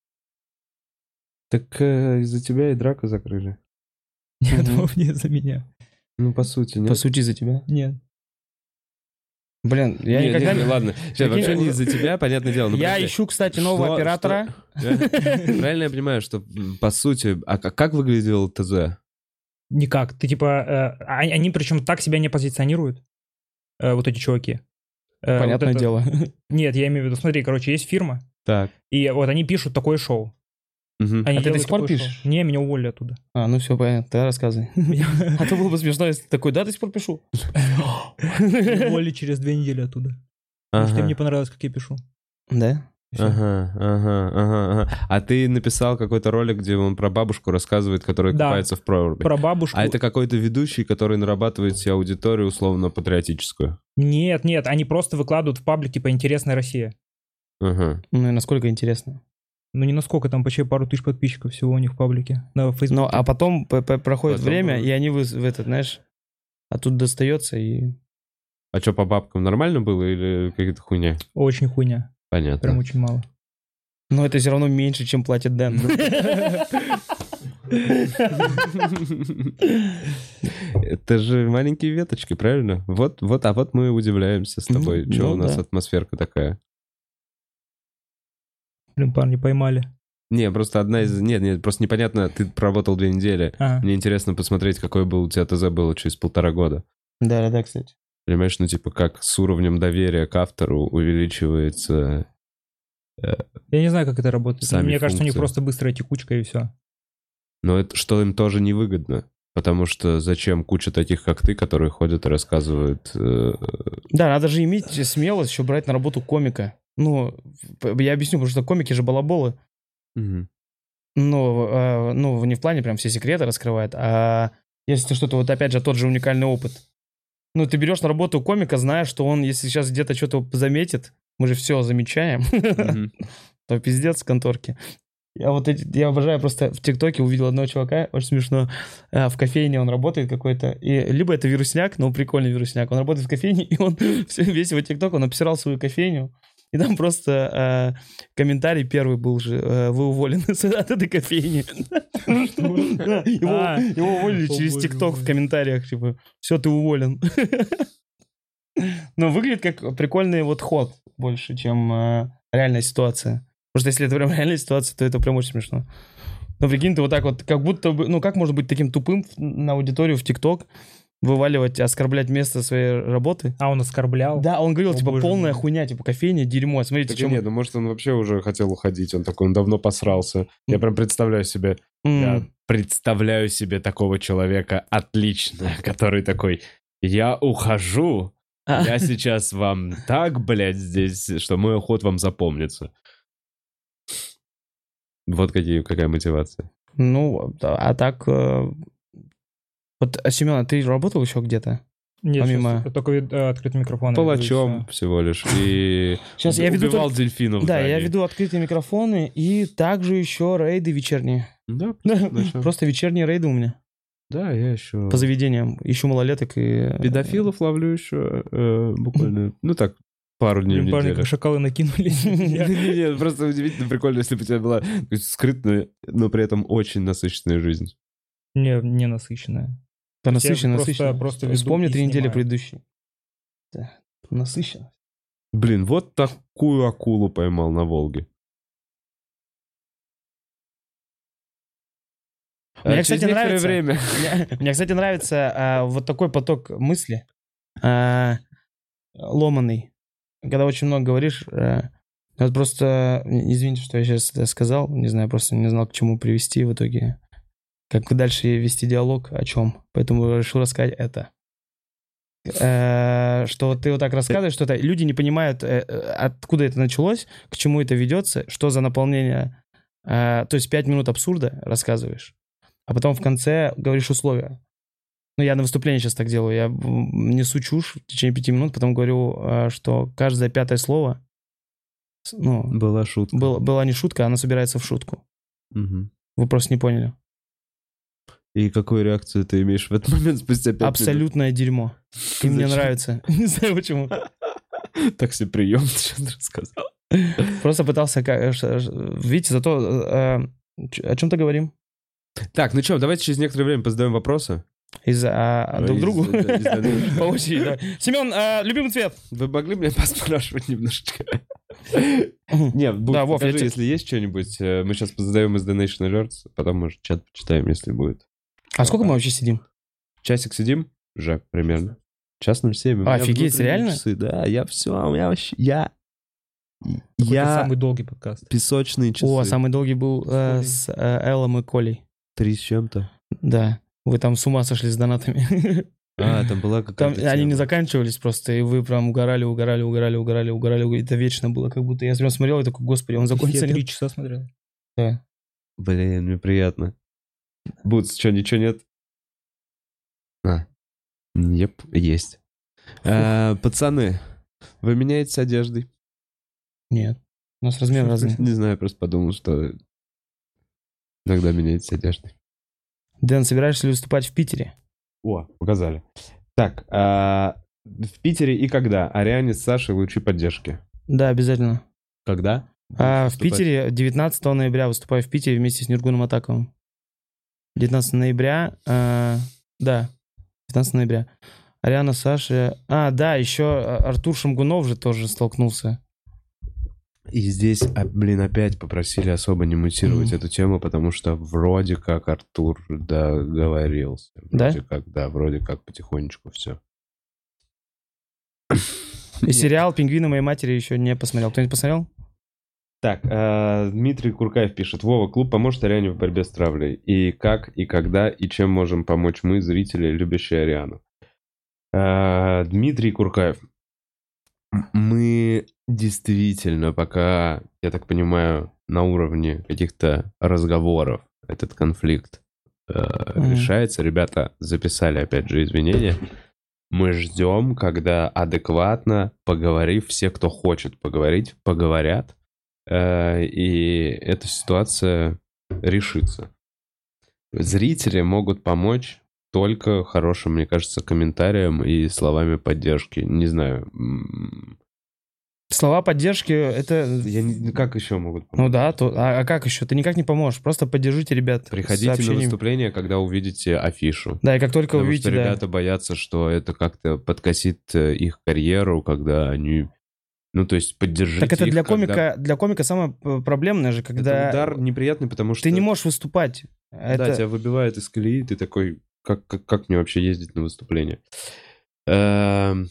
Так э, из-за тебя и драку закрыли. Нет, Мгм. не за меня. Ну, по сути, нет. По сути, за тебя. Нет. Блин, я Не, никогда... не, не, ладно. Сейчас, Прикинь, вообще не из-за тебя, понятное дело. но Я подожди. ищу, кстати, нового Что- оператора. что- Правильно я понимаю, что, м, по сути, а к- как выглядел ТЗ? Никак. Ты типа... э, они, они причем так себя не позиционируют, э, вот эти чуваки. Э, вот Понятное это- дело. Нет, я имею в виду, смотри, короче, есть фирма, Так. и вот они пишут такое шоу. Мгм. Они А ты до делают сих пор такое шоу. пишешь? Не, меня уволили оттуда. А, ну все, понятно, ты рассказывай. А то было бы смешно, если ты такой, да, до сих пор пишу. Меня уволили через две недели оттуда. Потому что им Ага. не понравилось, как я пишу. Да? Всё. Ага, ага, ага, ага. А ты написал какой-то ролик, где он про бабушку рассказывает, которая Да. купается в проруби. Про бабушку. А это какой-то ведущий, который нарабатывает себе аудиторию условно-патриотическую. Нет, нет, они просто выкладывают в паблике по «Интересной России». Ага. Ну и насколько интересно. Ну не насколько, там почти пару тысяч подписчиков всего у них в паблике. На Фейсбуке. Ну, а потом п- п- проходит Потом, время, да. и они в, в этот, знаешь, а тут достается и... А что, по бабкам нормально было или какая-то хуйня? Очень хуйня. Понятно. Прям очень мало. Но это все равно меньше, чем платит Дэн. Это же маленькие веточки, правильно? Вот, вот, а вот мы удивляемся с тобой. Ну, Что ну у нас да. атмосферка такая? Блин, парни поймали. Не, просто одна из... Нет, нет, просто непонятно, ты проработал две недели. Ага. Мне интересно посмотреть, какой был у тебя ТЗ было через полтора года. Да, да, да, кстати. Понимаешь, ну типа как с уровнем доверия к автору увеличивается... Я не знаю, как это работает. Сами Мне кажется, у них функции. просто быстрая текучка и все. Но это что им тоже невыгодно. Потому что зачем куча таких, как ты, которые ходят и рассказывают... э, Да, надо же иметь смелость еще брать на работу комика. Ну, п- я объясню, потому что комики же балаболы. мгм. Ну, э, ну, не в плане прям все секреты раскрывает, а если ты что-то, вот опять же, тот же уникальный опыт. Ну, ты берешь на работу комика, зная, что он, если сейчас где-то что-то заметит, мы же все замечаем, Мгм. то пиздец в конторке. Я вот эти, я обожаю, просто в ТикТоке увидел одного чувака, очень смешно, а, в кофейне он работает какой-то, и либо это вирусняк, но прикольный вирусняк, он работает в кофейне, и он все, весь его ТикТок, он обсирал свою кофейню, и там просто а, комментарий первый был же, а, вы уволены с- от этой кофейни. Да, Его А. его уволили О, через боже ТикТок в мой. комментариях, типа, все, ты уволен. Но выглядит как прикольный вот ход больше, чем а, реальная ситуация. Потому что если это прям реальная ситуация, то это прям очень смешно. Но прикинь, ты вот так вот, как будто бы, ну как можно быть таким тупым в- на аудиторию в ТикТок, вываливать, оскорблять место своей работы? А он оскорблял? Да, он говорил, О, типа, боже полная мой. хуйня, типа, кофейня, дерьмо. Смотрите, Так чем... нет, ну может он вообще уже хотел уходить, он такой, он давно посрался. Я прям представляю себе, я представляю себе такого человека отлично, который такой, я ухожу, А. я сейчас вам так, блядь, здесь, что мой уход вам запомнится. Вот какие, какая мотивация. Ну, а а так... э, Вот, а, Семен, а ты работал еще где-то? Нет, Помимо- сейчас только э, открытый микрофон. Палачом всего лишь. И Сейчас я веду убивал только- дельфинов. в Да, я здании. веду открытые микрофоны и также еще рейды вечерние. Да, просто, Просто вечерние рейды у меня да, я еще... по заведениям. Ищу малолеток и... э, Педофилов ловлю еще э, буквально, ну так, пару дней в Блин, парни, неделю. как шакалы накинулись. Я- Не-не, просто удивительно прикольно, если бы у тебя была скрытная, но при этом очень насыщенная жизнь. Не, не насыщенная. Да, насыщенно, просто- насыщенно. просто веду Вспомни и три недели снимаю. предыдущие. Да, насыщенно. Блин, вот такую акулу поймал на Волге. Мне, А кстати, через некоторое нравится. время. Мне, мне, кстати, нравится а, вот такой поток мысли. А, ломаный. Когда очень много говоришь, э, вот просто, извините, что я сейчас это сказал, не знаю, просто не знал, к чему привести в итоге, как дальше вести диалог, о чем. Поэтому решил рассказать это. Э, что вот ты вот так рассказываешь, что-то, люди не понимают, э, откуда это началось, к чему это ведется, что за наполнение. Э, то есть пять минут абсурда рассказываешь, а потом в конце говоришь условия. Ну, я на выступлении сейчас так делаю. Я несу чушь в течение пяти минут, потом говорю, э, что каждое пятое слово, ну, была шутка. Был, была не шутка, она собирается в шутку. Угу. Вы просто не поняли. И какую реакцию ты имеешь в этот момент спустя пять минут? Абсолютное дерьмо. И мне нравится. Не знаю почему. Так себе прием ты сейчас рассказал. Просто пытался... Видите, зато... О чем-то говорим. Так, ну что, давайте через некоторое время позадаем вопросы. Из, а, друг другу? По очереди, да. Семен, а, любимый цвет? Вы могли меня поспрашивать немножечко? Не, да, Вов, покажи, если есть что-нибудь. Мы сейчас позадаем из Donation Alerts, потом, может, чат почитаем, если будет. А сколько мы вообще сидим? Часик сидим уже примерно. Час ноль семь. Офигеть, реально? Часы, да, я все, у меня вообще... Я... Я... самый долгий подкаст. Песочные часы. О, самый долгий был э, с э, Эллом и Колей. Три с чем-то. Да. Вы там с ума сошли с донатами. А, там была какая-то там, они не заканчивались просто, и вы прям угорали, угорали, угорали, угорали, угорали. Это вечно было, как будто я прям смотрел и такой, господи, он закончится. Я три часа смотрел. Да. Блин, мне приятно. Бутс, что, ничего нет? А, еп, есть. А, пацаны, вы меняетесь одеждой? Нет. У нас размер разный. Не знаю, просто подумал, что иногда меняетесь одеждой. Дэн, собираешься ли выступать в Питере? О, показали. Так, а, в Питере и когда? Ариане с Сашей лучи поддержки. Да, обязательно. Когда? А, в Питере девятнадцатого ноября выступаю в Питере вместе с Нургуном Атаковым. девятнадцатого ноября, а, да, девятнадцатого ноября. Ариана, Саша... А, да, еще Артур Шамгунов же тоже столкнулся. И здесь, блин, опять попросили особо не мутировать mm-hmm. эту тему, потому что вроде как Артур договорился. Вроде да? как, да, вроде как потихонечку все. И сериал «Пингвины моей матери» еще не посмотрел. Кто-нибудь посмотрел? Так, э, Дмитрий Куркаев пишет. Вова, клуб поможет Ариане в борьбе с травлей. И как, и когда, и чем можем помочь мы, зрители, любящие Ариану? Э, Дмитрий Куркаев. Мы действительно пока, я так понимаю, на уровне каких-то разговоров этот конфликт э, mm-hmm. решается. Ребята записали, опять же, извинения. Мы ждем, когда адекватно поговорив, все, кто хочет поговорить, поговорят. Э, и эта ситуация решится. Зрители могут помочь только хорошим, мне кажется, комментарием и словами поддержки. Не знаю. Слова поддержки, это... Я не... Как еще могут помочь? Ну да, то... а, а как еще? Ты никак не поможешь. Просто поддержите ребят. Приходите на выступление, когда увидите афишу. Да, и как только Потому увидите, что да. ребята боятся, что это как-то подкосит их карьеру, когда они... Ну, то есть поддержите Так это их, для комика, когда... для комика самое проблемное же, когда... Это удар неприятный, потому что... Ты не можешь выступать. Да, это... тебя выбивает из колеи, ты такой... Как, как, как мне вообще ездить на выступление? Эм...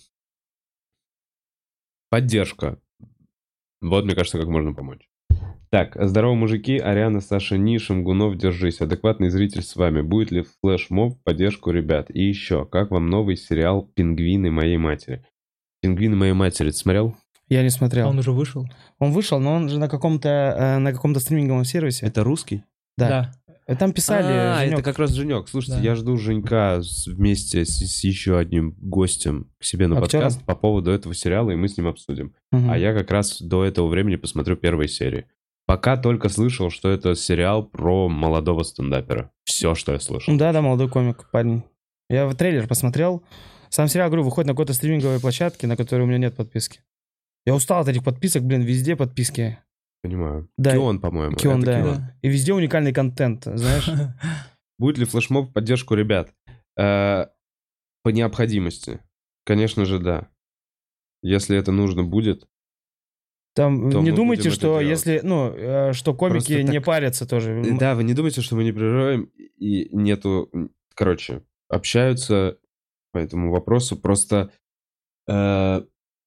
Поддержка. Вот, мне кажется, как можно помочь. Так, здорово, мужики. Ариана, Саша, Ни, Шамгунов, держись. Адекватный зритель с вами. Будет ли флешмоб в поддержку ребят? И еще, как вам новый сериал «Пингвины моей матери»? «Пингвины моей матери» ты смотрел? Я не смотрел. А он уже вышел? Он вышел, но он же на каком-то, на каком-то стриминговом сервисе. Это русский? Да. да. Там писали А, Женек. это как раз Женек. Слушайте, да. я жду Женька вместе с, с еще одним гостем к себе на Актером? подкаст по поводу этого сериала, и мы с ним обсудим. Угу. А я как раз до этого времени посмотрю первые серии. Пока только слышал, что это сериал про молодого стендапера. Все, что я слышал. Да-да, молодой комик, парень. Я трейлер посмотрел. Сам сериал, говорю, выходит на какой-то стриминговой площадке, на которой у меня нет подписки. Я устал от этих подписок, блин, везде подписки. Понимаю. Да. Кион, по-моему. Кион, да. Кион. И везде уникальный контент, знаешь. Будет ли флешмоб в поддержку ребят? По необходимости. Конечно же, да. Если это нужно будет. Там то не мы думайте, будем что это делать. если, ну, что комики Просто не так- парятся тоже. Да, вы не думайте, что мы не прерываем и нету... Короче, общаются по этому вопросу. Просто э,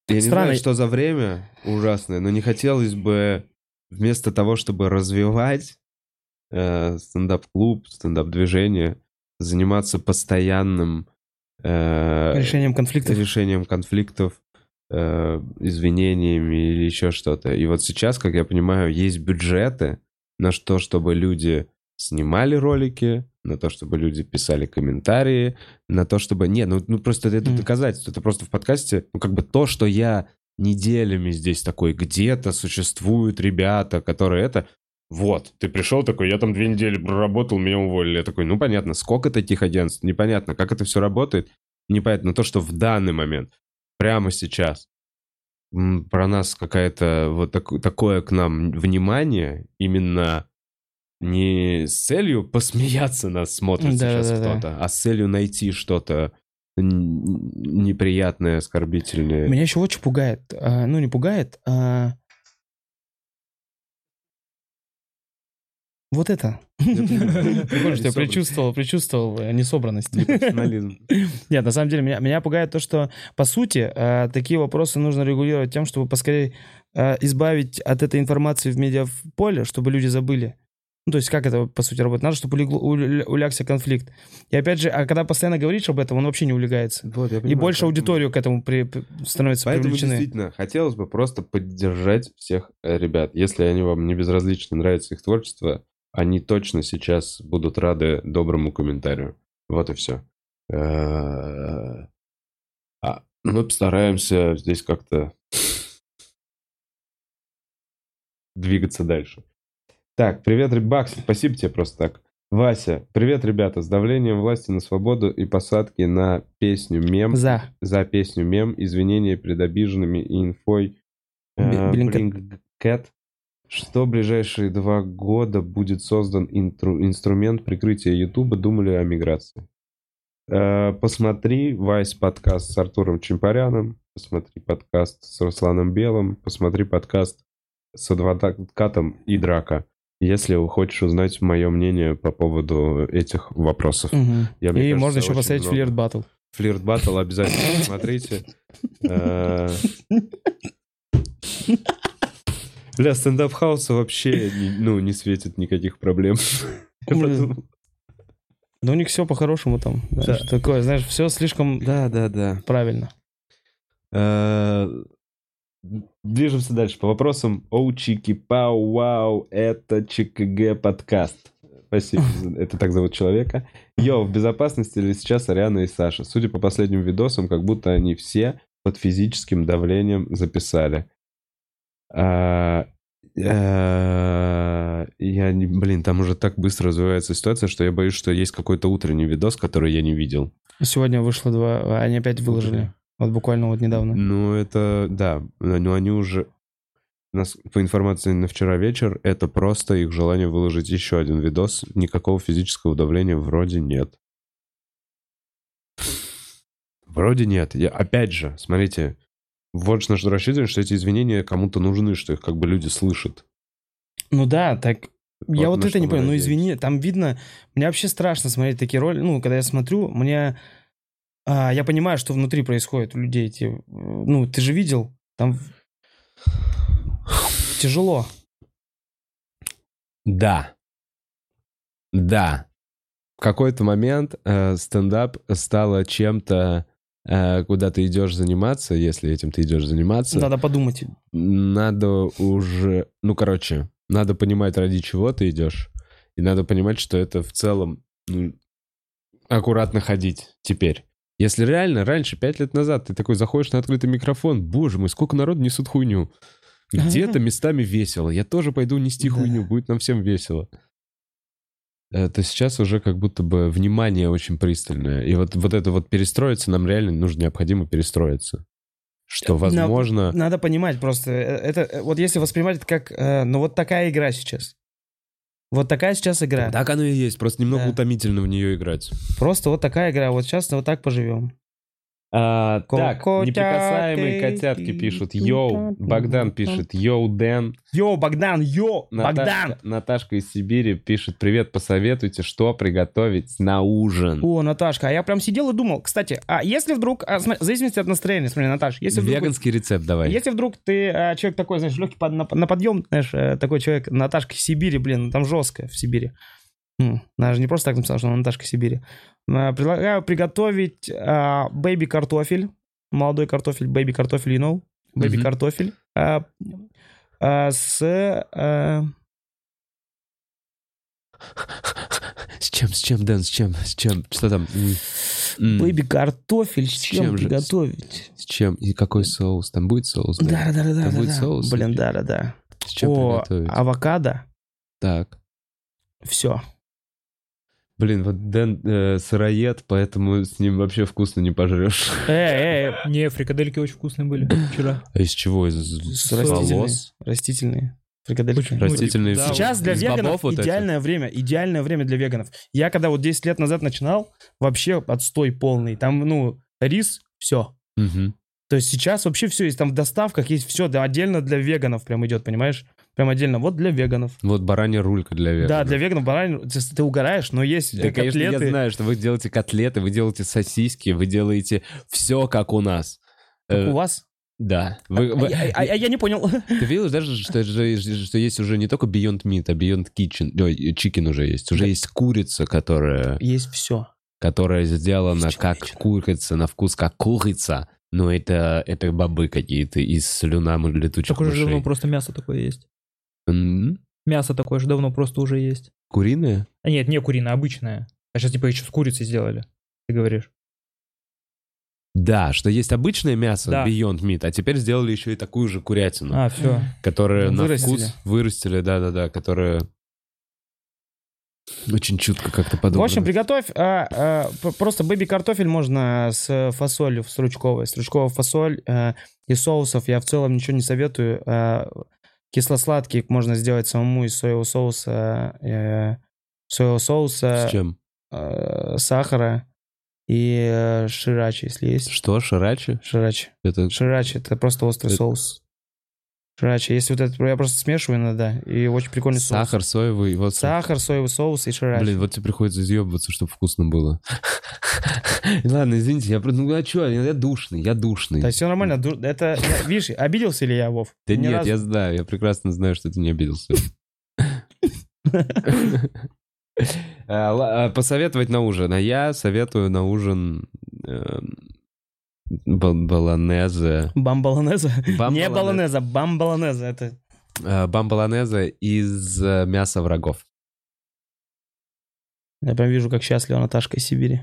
Я не Странно. знаю, что за время ужасное, но не хотелось бы вместо того, чтобы развивать э, стендап-клуб, стендап-движение, заниматься постоянным э, Решением конфликтов. решением конфликтов, э, извинениями или еще что-то. И вот сейчас, как я понимаю, есть бюджеты на то, чтобы люди снимали ролики, на то, чтобы люди писали комментарии, на то, чтобы... Не, ну, ну просто это Mm. доказательство. Это просто в подкасте, ну как бы то, что я неделями здесь такой, где-то существуют ребята, которые это... Вот, ты пришел такой, я там две недели проработал, меня уволили. Я такой, ну понятно, сколько таких агентств, непонятно, как это все работает, непонятно. Но то, что в данный момент, прямо сейчас, м, про нас какая-то вот так- такое к нам внимание, именно не с целью посмеяться нас смотрит сейчас Да-да-да. кто-то, а с целью найти что-то н- неприятное, оскорбительное. Меня еще очень пугает. а, Ну, не пугает, а... Вот это. Прикольно, что я предчувствовал, предчувствовал э, несобранность. Непрофессионализм. Нет, на самом деле, меня, меня пугает то, что, по сути, э, такие вопросы нужно регулировать тем, чтобы поскорее э, избавить от этой информации в медиаполе, чтобы люди забыли. Ну, то есть, как это, по сути, работает? Надо, чтобы улегло- уля- улягся конфликт. И опять же, а когда постоянно говоришь об этом, он вообще не улегается. Вот, я И понимаю, больше поэтому- аудиторию к этому при- при- становится Поэтому привлечены. действительно хотелось бы просто поддержать всех э, ребят. Если они вам не безразличны, нравится их творчество, они точно сейчас будут рады доброму комментарию. Вот и все. А мы постараемся здесь как-то двигаться дальше. Так, привет, Рыбакс, спасибо тебе просто так. Вася, привет, ребята, с давлением власти на свободу и посадки на песню «Мем». За. За песню «Мем», извинения перед обиженными и инфой. Б- Блинка. Блинкет. Что в ближайшие два года будет создан интру- инструмент прикрытия Ютуба? Думали о миграции. Э, Посмотри Вайс подкаст с Артуром Чемпаряном, посмотри подкаст с Русланом Белым, посмотри подкаст с адвокатом и драка, если хочешь узнать мое мнение по поводу этих вопросов. Мгм. Я, мне И кажется, можно еще очень посмотреть много. флирт батл. Флирт Баттл обязательно посмотрите. Э, Бля, стендап хауса вообще не- ну, не светит никаких проблем. Я подумал. Да у них все по-хорошему там. Знаешь, Да. такое, знаешь, все слишком Да, да, да. правильно. Э, Движемся дальше по вопросам. Оу, чики, пау, вау, это ЧКГ подкаст. Спасибо, это так зовут человека. Йо, в безопасности ли сейчас Ариана и Саша? Судя по последним видосам, как будто они все под физическим давлением записали. А, э, Я не... Блин, там уже так быстро развивается ситуация, что я боюсь, что есть какой-то утренний видос, который я не видел. Сегодня вышло два, они опять выложили. Вот буквально вот недавно. Ну, это, да, но они уже, у нас, по информации на вчера вечер, это просто их желание выложить еще один видос. Никакого физического давления вроде нет. Вроде нет. Я, опять же, смотрите, вот на что рассчитываем, что эти извинения кому-то нужны, что их как бы люди слышат. Ну да, так... Я Вот вот на это не что мы понял, ну надеемся. извини, там видно... Мне вообще страшно смотреть такие роли. Ну, когда я смотрю, мне... а, я понимаю, что внутри происходит у людей. Эти, ну, ты же видел, там тяжело. Да. Да. В какой-то момент э, стендап стало чем-то, э, куда ты идешь заниматься, если этим ты идешь заниматься. Надо подумать. Надо уже... Ну, короче, надо понимать, ради чего ты идешь. И надо понимать, что это в целом ну, аккуратно ходить теперь. Если реально, раньше, пять лет назад, ты такой заходишь на открытый микрофон, боже мой, сколько народу несут хуйню. Где-то местами весело. Я тоже пойду нести Да. хуйню, будет нам всем весело. Это сейчас уже как будто бы внимание очень пристальное. И вот, вот это вот перестроиться, нам реально нужно, необходимо перестроиться. Что, возможно... Надо понимать просто. э, Это, э, вот если воспринимать это как... э, ну, вот такая игра сейчас. Вот такая сейчас игра. Так оно и есть, просто немного Да. утомительно в нее играть. Просто вот такая игра. Вот сейчас вот так поживем. А, так, Котятки. неприкасаемые котятки пишут. Йоу, Богдан пишет. Йоу, Дэн. Йо, Богдан, йо, Богдан. Наташка, Наташка из Сибири пишет. Привет, посоветуйте, что приготовить на ужин. О, Наташка, а я прям сидел и думал, кстати, а если вдруг, а, смотри, в зависимости от настроения, смотри, Наташ, если вдруг... Веганский рецепт давай. Если вдруг ты а, человек такой, знаешь, легкий под, на, на подъем, знаешь, э, такой человек, Наташка из Сибири, блин, там жестко в Сибири. М, Она же не просто так написала, что она Наташка из Сибири. А, предлагаю приготовить а, бэйби-картофель, молодой картофель, бэйби-картофель, you know, бэйби-картофель, а, а, с... а, С чем, с чем, Дэн, с чем, с чем? Что там? М, м, бэйби-картофель, с, С чем, чем же? приготовить? С чем? И какой соус? Там будет соус? Дэн? Да-да-да. Там да, будет да. соус? Блин, да-да-да. С чем О, приготовить? авокадо, Так. все. Блин, вот Дэн э, сыроед, поэтому с ним вообще вкусно не пожрешь. Эй, эй, Не, фрикадельки очень вкусные были вчера. А из чего? Из с растительные, волос? растительные фрикадельки. Очень- Растительные Да, фрукты. Сейчас для Из веганов бобов вот этих? идеальное время, идеальное время для веганов. Я когда вот десять лет назад начинал, вообще отстой полный. Там, ну, рис, все. Мгм. То есть сейчас вообще все есть, там в доставках есть все, да, отдельно для веганов прям идет, понимаешь? Прям отдельно, вот для веганов. Вот баранья рулька для веганов. Да, для веганов баранину, ты, ты угораешь, но есть Да, э, конечно, я котлеты. знаю, что вы делаете котлеты, вы делаете сосиски, вы делаете все как у нас. Как Э, у вас? Да. Вы- А, вы- а- а- а я не понял. Ты видел даже, что, же- что есть уже не только Beyond Meat, а Beyond Kitchen, ой, Chicken уже есть. Уже Да. есть курица, которая, Есть все. которая сделана Есть как человечина. курица, на вкус как курица. Но это, это бобы какие-то из слюна летучих Так уже мышей. давно просто мясо такое есть. М? Мясо такое же давно просто уже есть. Куриное? А нет, не куриное, обычное. А сейчас типа еще с курицей сделали, ты говоришь. Да, что есть обычное мясо, Да. Beyond Meat, а теперь сделали еще и такую же курятину, А, все. которая на Вырастили. вкус вырастили, да-да-да, которая очень чутко как-то подобрана. В общем, приготовь а, а, п- просто бэби-картофель можно с фасолью стручковой. Стручковая фасоль а, из соусов я в целом ничего не советую. А, кисло-сладкий можно сделать самому из соевого соуса, э, соевого соуса, С чем? э, сахара и э, ширачи, если есть. Что, ширачи? Ширачи. Это... Ширачи — это просто острый Это- соус. Ширачи. Если вот это, я просто смешиваю иногда, и очень прикольный соус. Сахар, соевый, вот... Сахар, соевый соус и ширачи. Блин, вот тебе приходится изъебываться, чтобы вкусно было. Ладно, извините, я просто... Ну а что, я душный, я душный. Да все нормально. ду- Это, я- видишь, обиделся ли я, Вов? Да Ни нет, разу. я знаю, я прекрасно знаю, что ты не обиделся. А, ла- а, Посоветовать на ужин. А я советую на ужин эм, ба- баланезе. Бамбаланеза? Бам Не баланез. баланеза, бамбаланеза. Это... Э, Бамбаланезе из э, мяса врагов. Я прям вижу, как счастлива Наташка из Сибири.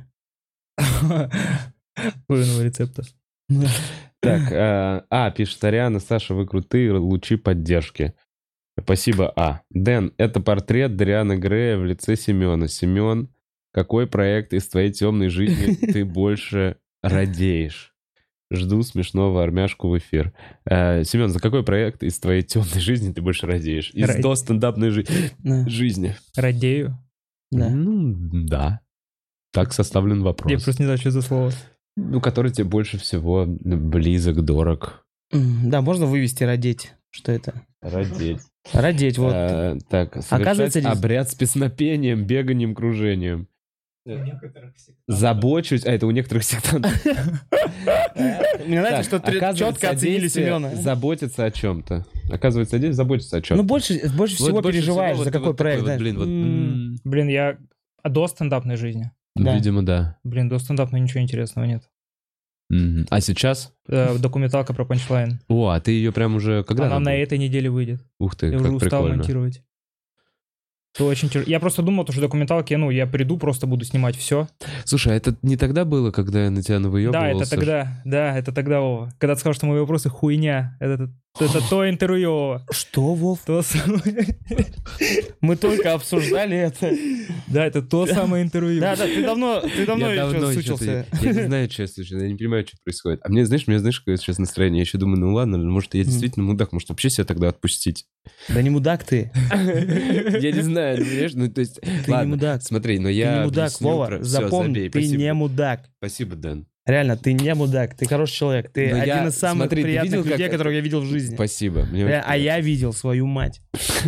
Куриного рецепта. Так, э, А, пишет Ариана, Саша, вы крутые, лучи поддержки. Спасибо, А. Дэн, это портрет Дариана Грея в лице Семена. Семен, какой проект из твоей темной жизни ты больше радеешь? Жду смешного армяшку в эфир. Э, Семен, за какой проект из твоей темной жизни ты больше радеешь? Из Ради- до стендапной жи- Да. жизни. Радею. Да. Ну, да. Так составлен вопрос. Я просто не знаю, что это за слово. Ну, который тебе больше всего близок, дорог. М, Да, можно вывести родить. Что это? Радеть. Родить, вот. Э, так, совершать Оказывается, здесь- обряд с песнопением, беганием, кружением. Забочусь... А, это у некоторых сектантов. Мне нравится, что Так, ты оказывается, четко оценили действие Семена. Заботиться о чем-то. Оказывается, здесь заботиться о чем-то. Ну, больше, больше Вот всего больше переживаешь, всего за вот- какой вот такой проект, вот, знаешь. блин, вот, М, м, Блин, я... А до стендапной жизни? Да. Видимо, да. Блин, до стендапной ничего интересного нет. Мгм. А сейчас? Э, Документалка про панчлайн. О, а ты ее прям уже... Когда Она она на будет? этой неделе выйдет. Ух ты, Я уже как устал прикольно. монтировать. Это очень тяж- Я просто думал, что документалки, ну, я приду, просто буду снимать все. Слушай, а это не тогда было, когда я на тебя навыебывался? Да, это тогда, да, это тогда, Вова. Когда ты сказал, что мои вопросы хуйня. Это, это то интервью, Вова. Что, Вов? То самое- Мы только обсуждали это. Да, это то самое интервью. Да, да, ты давно, ты давно Я еще давно ещё- сучился. Я не знаю, что я слушаю, я не понимаю, что происходит. А мне, знаешь, мне, знаешь, какое сейчас настроение? Я еще думаю, ну ладно, может, я действительно мудак, может, вообще себя тогда отпустить. Да не мудак ты. Я не знаю, ну, понимаешь, ну, то есть... Ты не ладно, мудак. смотри, но Ты я не мудак, объясню Вова. про- Всё, Запомни, забей, ты спасибо. не мудак. Спасибо, Дэн. Реально, ты не мудак, ты хороший человек. Ты Но один я- из самых смотри, ты приятных видел, людей, как- которых я видел в жизни. Спасибо. Мне Реально, очень а я видел свою мать.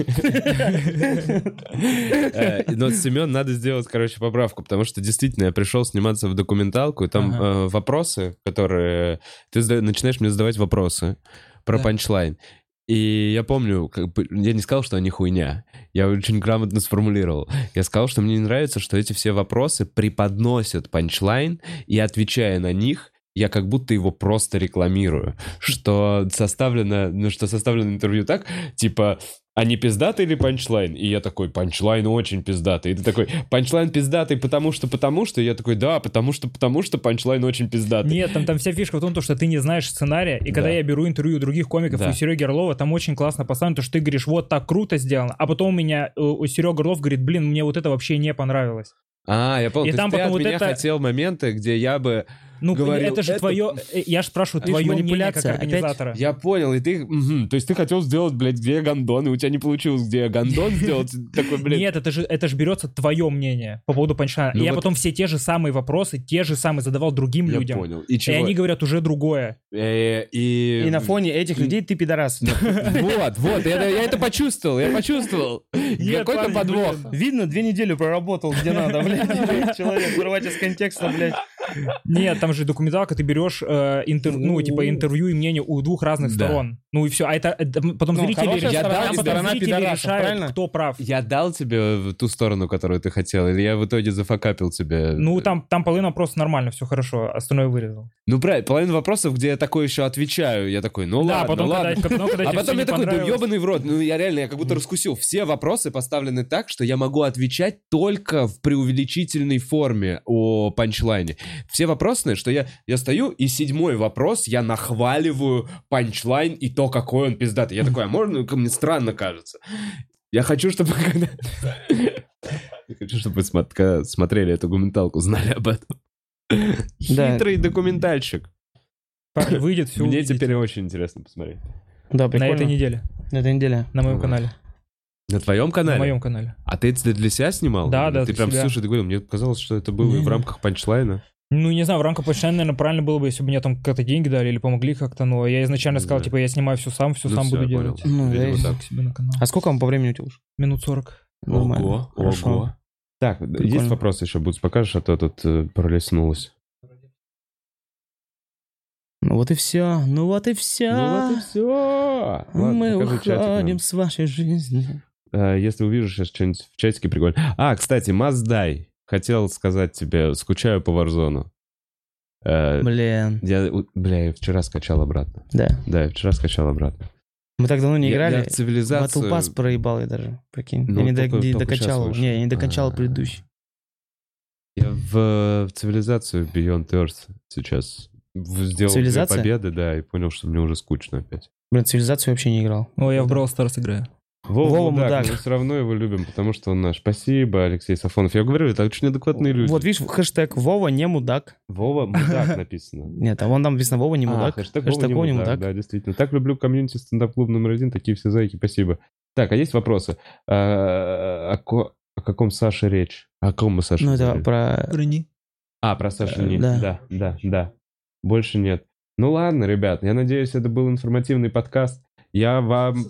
Э, Но Семен надо сделать, короче, поправку, потому что действительно я пришел сниматься в документалку, и там Ага. э, вопросы, которые... Ты зада- начинаешь мне задавать вопросы про Да. панчлайн. И я помню, как бы, я не сказал, что они хуйня. Я очень грамотно сформулировал. Я сказал, что мне не нравится, что эти все вопросы преподносят панчлайн, и отвечая на них, я как будто его просто рекламирую. Что составлено, ну, что составлено интервью так, типа, а не пиздатый или панчлайн? И я такой, панчлайн очень пиздатый. И ты такой, панчлайн пиздатый потому что, потому что? И я такой, да, потому что, потому что панчлайн очень пиздатый. Нет, там, там вся фишка в том, то, что ты не знаешь сценария, и когда Да. я беру интервью у других комиков, Да. и у Сереги Орлова, там очень классно поставлено, то, что ты говоришь, вот так круто сделано, а потом у меня, э, у Серега Орлов говорит, блин, мне вот это вообще не понравилось. А, я понял. И То там есть ты потом от вот меня это- хотел моменты, где я бы... Ну, Говорил, это же это- твое, э, я же спрашиваю, Видишь, твое мнение как манипуляция. Опять- организатора. Я понял, и ты... мгм, то есть ты хотел сделать, блядь, где я гондон, и у тебя не получилось, где я гондон сделать. Такой, блядь... Нет, это же, это же берется твое мнение по поводу панчлайна. Ну И я вот- потом все те же самые вопросы, те же самые задавал другим Я людям. понял. И И чего? они говорят уже другое. Э, И... И на фоне этих людей ты пидорас. Вот, вот, я, я это почувствовал, я почувствовал. Нет, Какой-то парни, подвох. блин. Видно, две недели проработал, где надо, блядь. Человек, вырвать из контекста, блядь. Нет, там же документалка, ты берешь э, интер- ну, типа интервью и мнение у двух разных Да. сторон. Ну и все. А это, это потом Ну, зрители, хорошая решают- сторона, а потом сторона зрители пидорасов, решают, правильно? кто прав. Я дал тебе в ту сторону, которую ты хотел, или я в итоге зафакапил тебе? Ну, там, там половина просто нормально, все хорошо, остальное вырезал. Ну, правильно, половина вопросов, где я такой еще отвечаю, я такой, ну да, ладно, потом, ладно. когда, потом, когда А тебе потом всё я не такой, да понравилось- ебаный в рот. Ну, я реально, я как будто раскусил. Все вопросы поставлены так, что я могу отвечать только в преувеличительной форме о панчлайне. Все вопросы, что я, я стою, и седьмой вопрос я нахваливаю панчлайн и то, какой он пиздатый. Я такой, а можно? Мне странно кажется. Я хочу, чтобы когда... Я хочу, чтобы вы смо- когда смотрели эту документалку, знали об этом. Да. Хитрый документальщик. Парни, выйдет все. Мне теперь очень интересно посмотреть. Да, На прикольно. этой неделе, На этой неделе. на моем канале. На твоем канале? На моем канале. А ты это для себя снимал? Да, да, Ты для прям, себя. слушай, ты говорил, мне казалось, что это было и в Не-не. рамках панчлайна. Ну, не знаю, в рамках панчлайна, наверное, правильно было бы, если бы мне там как-то деньги дали или помогли как-то, но я изначально Не сказал, знаю. типа, я снимаю все сам, все Ну сам всё, буду я понял. делать. Ну, Видимо, я- так. К себе на канал. А сколько вам по времени утилось? Минут сорок. Нормально. Ого, Хорошо. ого. Так, есть Прикольно. вопросы еще будут? Покажешь, а то тут э, пролеснулось. Ну вот и все. Ну вот и все. Ну вот и все. Мы уходим с вашей жизни. Если увижу сейчас что-нибудь в чатике, прикольно. А, кстати, Маздай. Хотел сказать тебе, скучаю по Warzone. Э, Блин. Я, у- бля, я вчера скачал обратно. Да. Да, я вчера скачал обратно. Мы так давно не Я- играли. я в цивилизацию... Battle Pass проебал я даже. Прикинь. Ну, я не, до- только- не только докачал. щас вышел. Не, я не докачал А. предыдущий. Я в, в цивилизацию Beyond Earth сейчас в- сделал две Цивилизация? победы, да, и понял, что мне уже скучно опять. Блин, цивилизацию вообще не играл. О, я в Brawl Stars играю. Вова, Вова мудак, мудак. мы все равно его любим, потому что он наш. Спасибо, Алексей Сафонов. Я говорю, это очень адекватные люди. Вот видишь, хэштег Вова не мудак. Вова мудак написано. Нет, а вон там написано Вова не А, мудак. хэштег Хэштег Вова Вова не не мудак. мудак. Да, действительно. Так люблю комьюнити стендап-клуб номер один. Такие все зайки, спасибо. Так, а есть вопросы? А, о, ко- о каком Саше речь? О ком мы Саше Ну это говорим? про... Брони. А, про Сашу Э, Ни. да. Да, да, да. Больше нет. Ну ладно, ребят, я надеюсь, это был информативный подкаст. Я вам...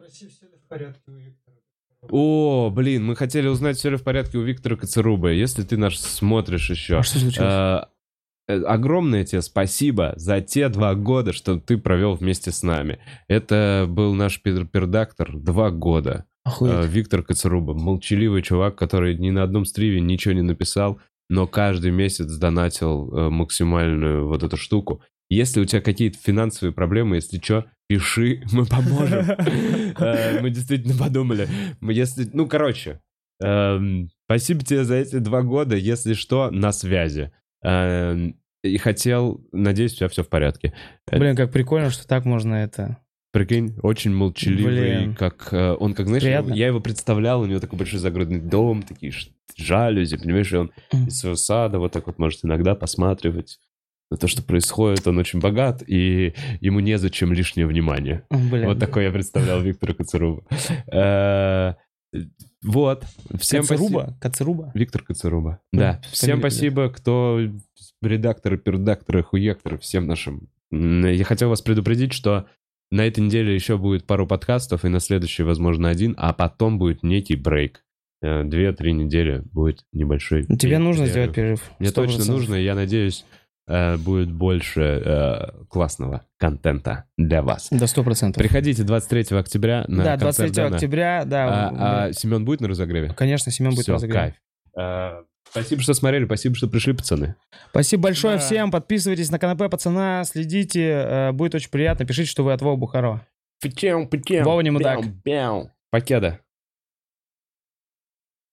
О, блин, мы хотели узнать, все ли в порядке у Виктора Коцерубы. Если ты нас смотришь еще... А что случилось? Э, э, Огромное тебе спасибо за те два года, что ты провел вместе с нами. Это был наш пер- пердактор два года. Э, Охуеть. Виктор Коцеруба, молчаливый чувак, который ни на одном стриме ничего не написал, но каждый месяц донатил э, максимальную вот эту штуку. Если у тебя какие-то финансовые проблемы, если что, пиши, мы поможем. Э, Мы действительно подумали. Мы Если, ну, короче, эм, спасибо тебе за эти два года. Если что, на связи. Эм, И хотел, надеюсь, у тебя все в порядке. Блин, как прикольно, что так можно это... Прикинь, очень молчаливый, Блин. как э, он, как знаешь, Приятно. я его представлял, у него такой большой загородный дом, такие ш- жалюзи, понимаешь, и он из своего сада вот так вот может иногда посматривать на то, что происходит, он очень богат, и ему незачем лишнее внимание. Блин. Вот такой я представлял Виктора Коцерубу. Э, Вот. Всем Коцеруба? спасибо. Коцеруба? Виктор Коцеруба. Да. Фамилия, Всем спасибо, кто редакторы, перредакторы, хуекторы, всем нашим. Я хотел вас предупредить, что на этой неделе еще будет пару подкастов, и на следующий, возможно, один, а потом будет некий брейк. Две-три недели будет небольшой. Тебе перерыв. нужно сделать перерыв. Мне сто процентов. точно нужно, и я надеюсь, будет больше э, классного контента для вас. Да, сто процентов. Приходите двадцать третьего октября на Да, двадцать концерт третьего Дэна. октября, да. А, а Семен будет на разогреве? Конечно, Семен будет Всё, на разогреве. кайф. А, спасибо, что смотрели, спасибо, что пришли, пацаны. Спасибо большое Да. всем. Подписывайтесь на канапе пацана, следите. э, Будет очень приятно. Пишите, что вы от Вова Бухарова. Вова не мудак. Покеда.